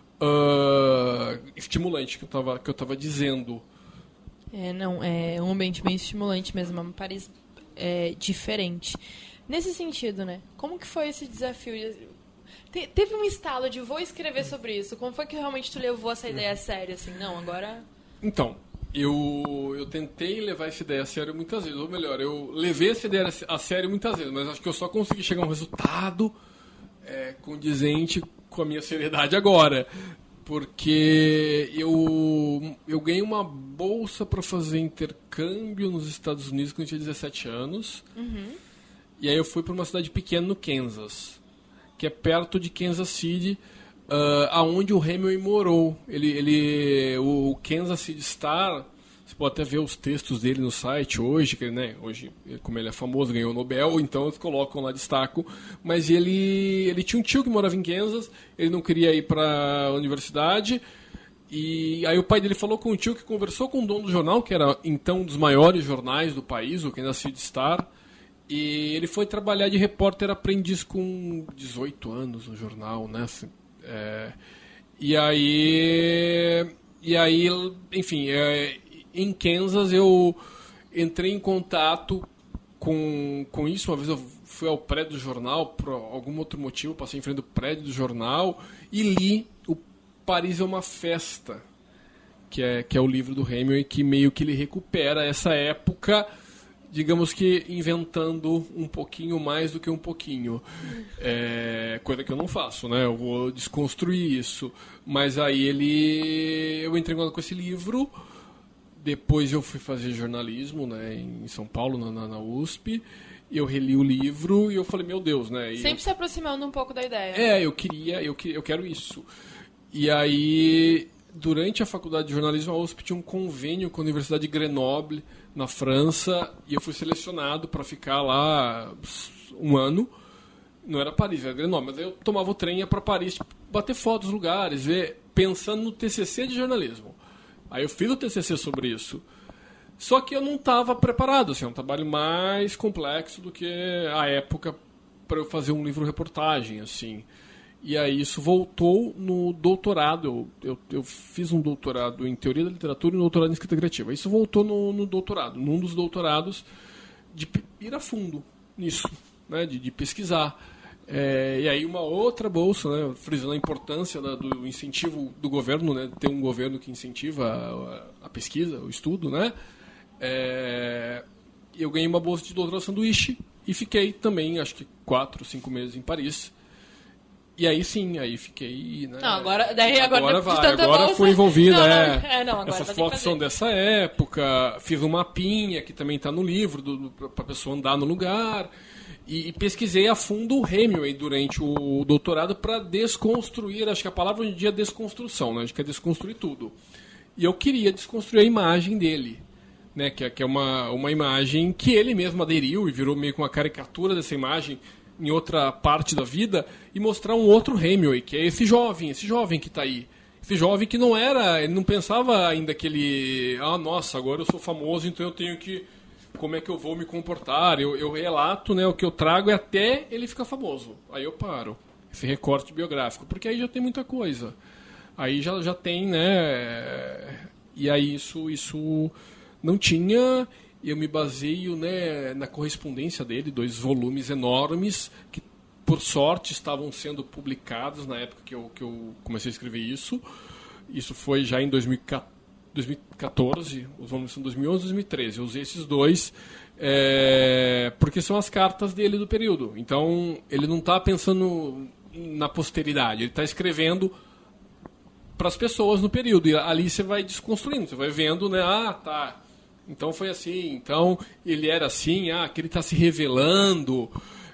S7: uh, estimulante que eu estava que eu estava dizendo.
S4: É, não, é um ambiente bem estimulante mesmo, é um Paris é, diferente. Nesse sentido, né, como que foi esse desafio? Te, teve um estalo de vou escrever sobre isso, como foi que realmente tu levou essa ideia a sério, assim, não, agora...
S7: Então, Eu, eu tentei levar essa ideia a sério muitas vezes, ou melhor, eu levei essa ideia a sério muitas vezes, mas acho que eu só consegui chegar a um resultado é, condizente com a minha seriedade agora, porque eu, eu ganhei uma bolsa para fazer intercâmbio nos Estados Unidos quando eu tinha dezessete anos, uhum. E aí eu fui para uma cidade pequena no Kansas, que é perto de Kansas City, Uh, aonde o Hemingway morou. Ele, ele, o Kansas City Star, você pode até ver os textos dele no site hoje, que, né, hoje, como ele é famoso, ganhou o Nobel, então eles colocam lá destaco. Mas ele, ele tinha um tio que morava em Kansas, ele não queria ir para a universidade, e aí o pai dele falou com o tio que conversou com o dono do jornal, que era então um dos maiores jornais do país, o Kansas City Star, e ele foi trabalhar de repórter aprendiz com dezoito anos no jornal, né, assim. É, e aí, e aí, enfim, é, em Kansas eu entrei em contato com, com isso. Uma vez eu fui ao prédio do jornal, por algum outro motivo, passei em frente do prédio do jornal e li o Paris é uma Festa, que é, que é o livro do Hemingway, que meio que ele recupera essa época, digamos que inventando um pouquinho mais do que um pouquinho. É, coisa que eu não faço, né? Eu vou desconstruir isso. Mas aí ele... Eu entrei em contato com esse livro. Depois eu fui fazer jornalismo, né, em São Paulo, na, na U S P. Eu reli o livro e eu falei, meu Deus, né? E
S4: sempre
S7: eu...
S4: se aproximando um pouco da ideia.
S7: É, eu queria... Eu, que, eu quero isso. E aí... Durante a faculdade de jornalismo, a U S P tinha um convênio com a Universidade de Grenoble, na França, e eu fui selecionado para ficar lá um ano. Não era Paris, era Grenoble, mas aí eu tomava o trem e ia para Paris, tipo, bater fotos dos lugares, ver, pensando no T C C de jornalismo. Aí eu fiz o T C C sobre isso. Só que eu não estava preparado, assim, é um trabalho mais complexo do que a época para eu fazer um livro-reportagem, assim. E aí isso voltou no doutorado. Eu, eu, eu fiz um doutorado em Teoria da Literatura e um doutorado em Escrita Criativa. Isso voltou no, no doutorado, num dos doutorados, de ir a fundo nisso, né, de, de pesquisar. É, e aí uma outra bolsa, né, frisando a importância da, do incentivo do governo, né, ter um governo que incentiva a, a pesquisa, o estudo, né. É, eu ganhei uma bolsa de doutorado sanduíche e fiquei também, acho que quatro, cinco meses em Paris. E aí sim, aí fiquei, né?
S4: Não, agora, daí agora,
S7: agora vai, agora
S4: bolsa...
S7: fui envolvido,
S4: não,
S7: é.
S4: Não, é não, agora
S7: essas fotos são dessa época, fiz um mapinha que também está no livro, do, para a pessoa andar no lugar. E, e pesquisei a fundo o Hemingway durante o doutorado para desconstruir, acho que a palavra hoje em dia é desconstrução, né? Acho que é desconstruir tudo. E eu queria desconstruir a imagem dele, né? Que, é, que é uma, uma imagem que ele mesmo aderiu e virou meio que uma caricatura dessa imagem em outra parte da vida, e mostrar um outro Hemingway, que é esse jovem, esse jovem que está aí. Esse jovem que não era, ele não pensava ainda que ele, ah, nossa, agora eu sou famoso, então eu tenho que, como é que eu vou me comportar? Eu, eu relato, né, o que eu trago é até ele ficar famoso. Aí eu paro, esse recorte biográfico, porque aí já tem muita coisa. Aí já, já tem, né, e aí isso, isso não tinha, eu me baseio, né, na correspondência dele, dois volumes enormes, que por sorte estavam sendo publicados na época que eu, que eu comecei a escrever isso. Isso foi já em dois mil e quatorze, os volumes são dois mil e onze e dois mil e treze. Eu usei esses dois é, porque são as cartas dele do período. Então, ele não está pensando na posteridade, ele está escrevendo para as pessoas no período. E ali você vai desconstruindo, você vai vendo, né? Ah, tá. Então foi assim, então ele era assim, ah, que ele está se revelando.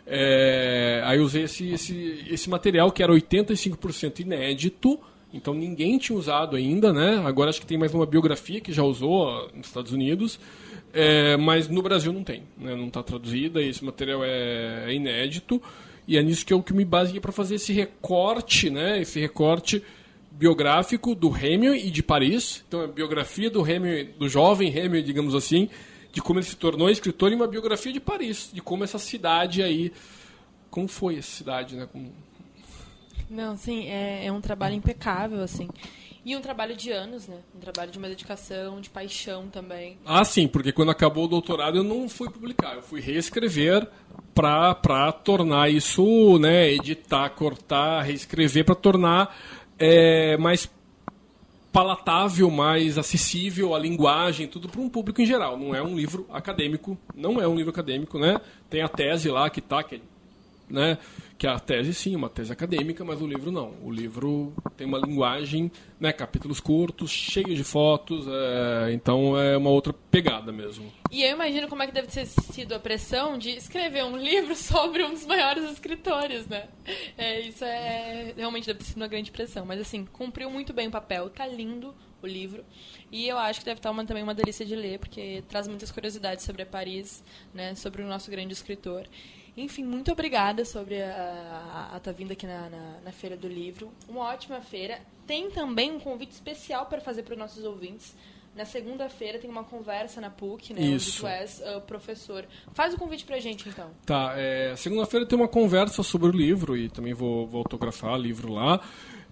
S7: É, aí eu usei esse, esse, esse material que era oitenta e cinco por cento inédito, então ninguém tinha usado ainda, né? Agora acho que tem mais uma biografia que já usou ó, nos Estados Unidos, é, mas no Brasil não tem, né? Não está traduzida, e esse material é, é inédito, e é nisso que eu que me baseei para fazer esse recorte, né? Esse recorte biográfico do Hemingway e de Paris. Então é a biografia do Hemingway, do jovem Hemingway, digamos assim, de como ele se tornou escritor, e uma biografia de Paris, de como essa cidade aí, como foi essa cidade, né? Como...
S4: Não, sim, é, é um trabalho impecável, assim. E um trabalho de anos, né? Um trabalho de uma dedicação, de paixão também.
S7: Ah, sim, porque quando acabou o doutorado eu não fui publicar, eu fui reescrever para para tornar isso, né? Editar, cortar, reescrever para tornar é, mais palatável, mais acessível a linguagem, tudo para um público em geral. Não é um livro acadêmico, não é um livro acadêmico, né? Tem a tese lá que tá, que é, né? Que a tese sim, uma tese acadêmica, mas o livro não. O livro tem uma linguagem, né? Capítulos curtos, cheios de fotos, é, então é uma outra pegada mesmo.
S4: E eu imagino como é que deve ter sido a pressão de escrever um livro sobre um dos maiores escritores, né? É, isso é realmente deve ter sido uma grande pressão, mas assim, cumpriu muito bem o papel, tá lindo o livro, e eu acho que deve estar uma, também uma delícia de ler, porque traz muitas curiosidades sobre a Paris, né? Sobre o nosso grande escritor. Enfim, muito obrigada sobre a, a, a tua vinda aqui na, na, na Feira do Livro. Uma ótima feira. Tem também um convite especial para fazer para os nossos ouvintes. Na segunda-feira tem uma conversa na P U C, né?
S7: Isso.
S4: Onde tu és uh, professor. Faz o convite pra gente, então.
S7: Tá, é, segunda-feira tem uma conversa sobre o livro, e também vou, vou autografar o livro lá.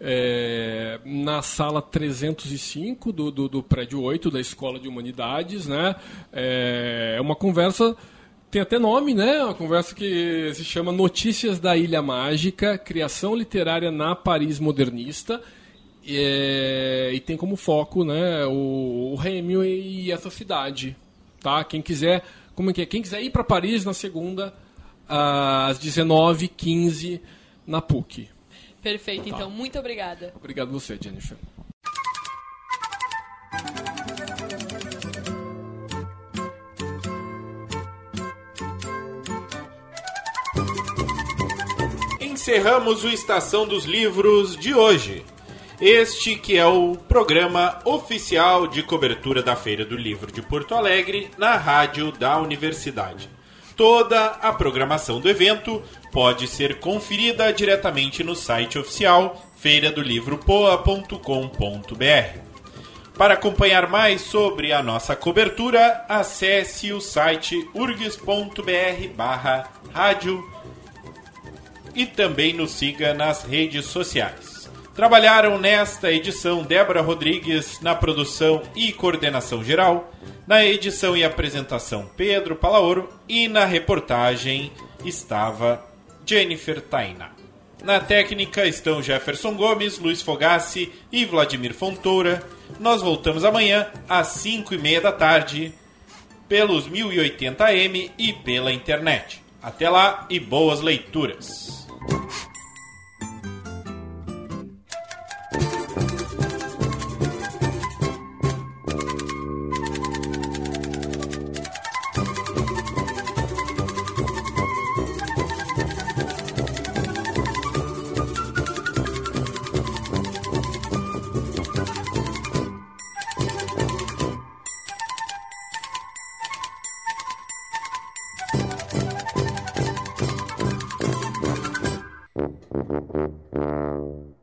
S7: É, na sala trezentos e cinco do, do, do prédio oito da Escola de Humanidades, né? É uma conversa... Tem até nome, né? Uma conversa que se chama Notícias da Ilha Mágica, Criação Literária na Paris Modernista. E, e tem como foco, né, o, o Hemingway e essa cidade. Tá? Quem quiser, como é que é? Quem quiser ir para Paris na segunda, às dezenove e quinze, na P U C.
S4: Perfeito,
S7: Tá.
S4: então. Muito obrigada.
S7: Obrigado você, Jennifer.
S1: Encerramos o Estação dos Livros de hoje. Este que é o programa oficial de cobertura da Feira do Livro de Porto Alegre na rádio da universidade. Toda a programação do evento pode ser conferida diretamente no site oficial feira do livro poa ponto com ponto br. Para acompanhar mais sobre a nossa cobertura, acesse o site urgs ponto br barra rádio e também nos siga nas redes sociais. Trabalharam nesta edição Débora Rodrigues na produção e coordenação geral, na edição e apresentação Pedro Palaoro e na reportagem estava Jennifer Tainá. Na técnica estão Jefferson Gomes, Luiz Fogassi e Vladimir Fontoura. Nós voltamos amanhã às cinco e meia da tarde pelos mil e oitenta A M e pela internet. Até lá e boas leituras!
S8: Música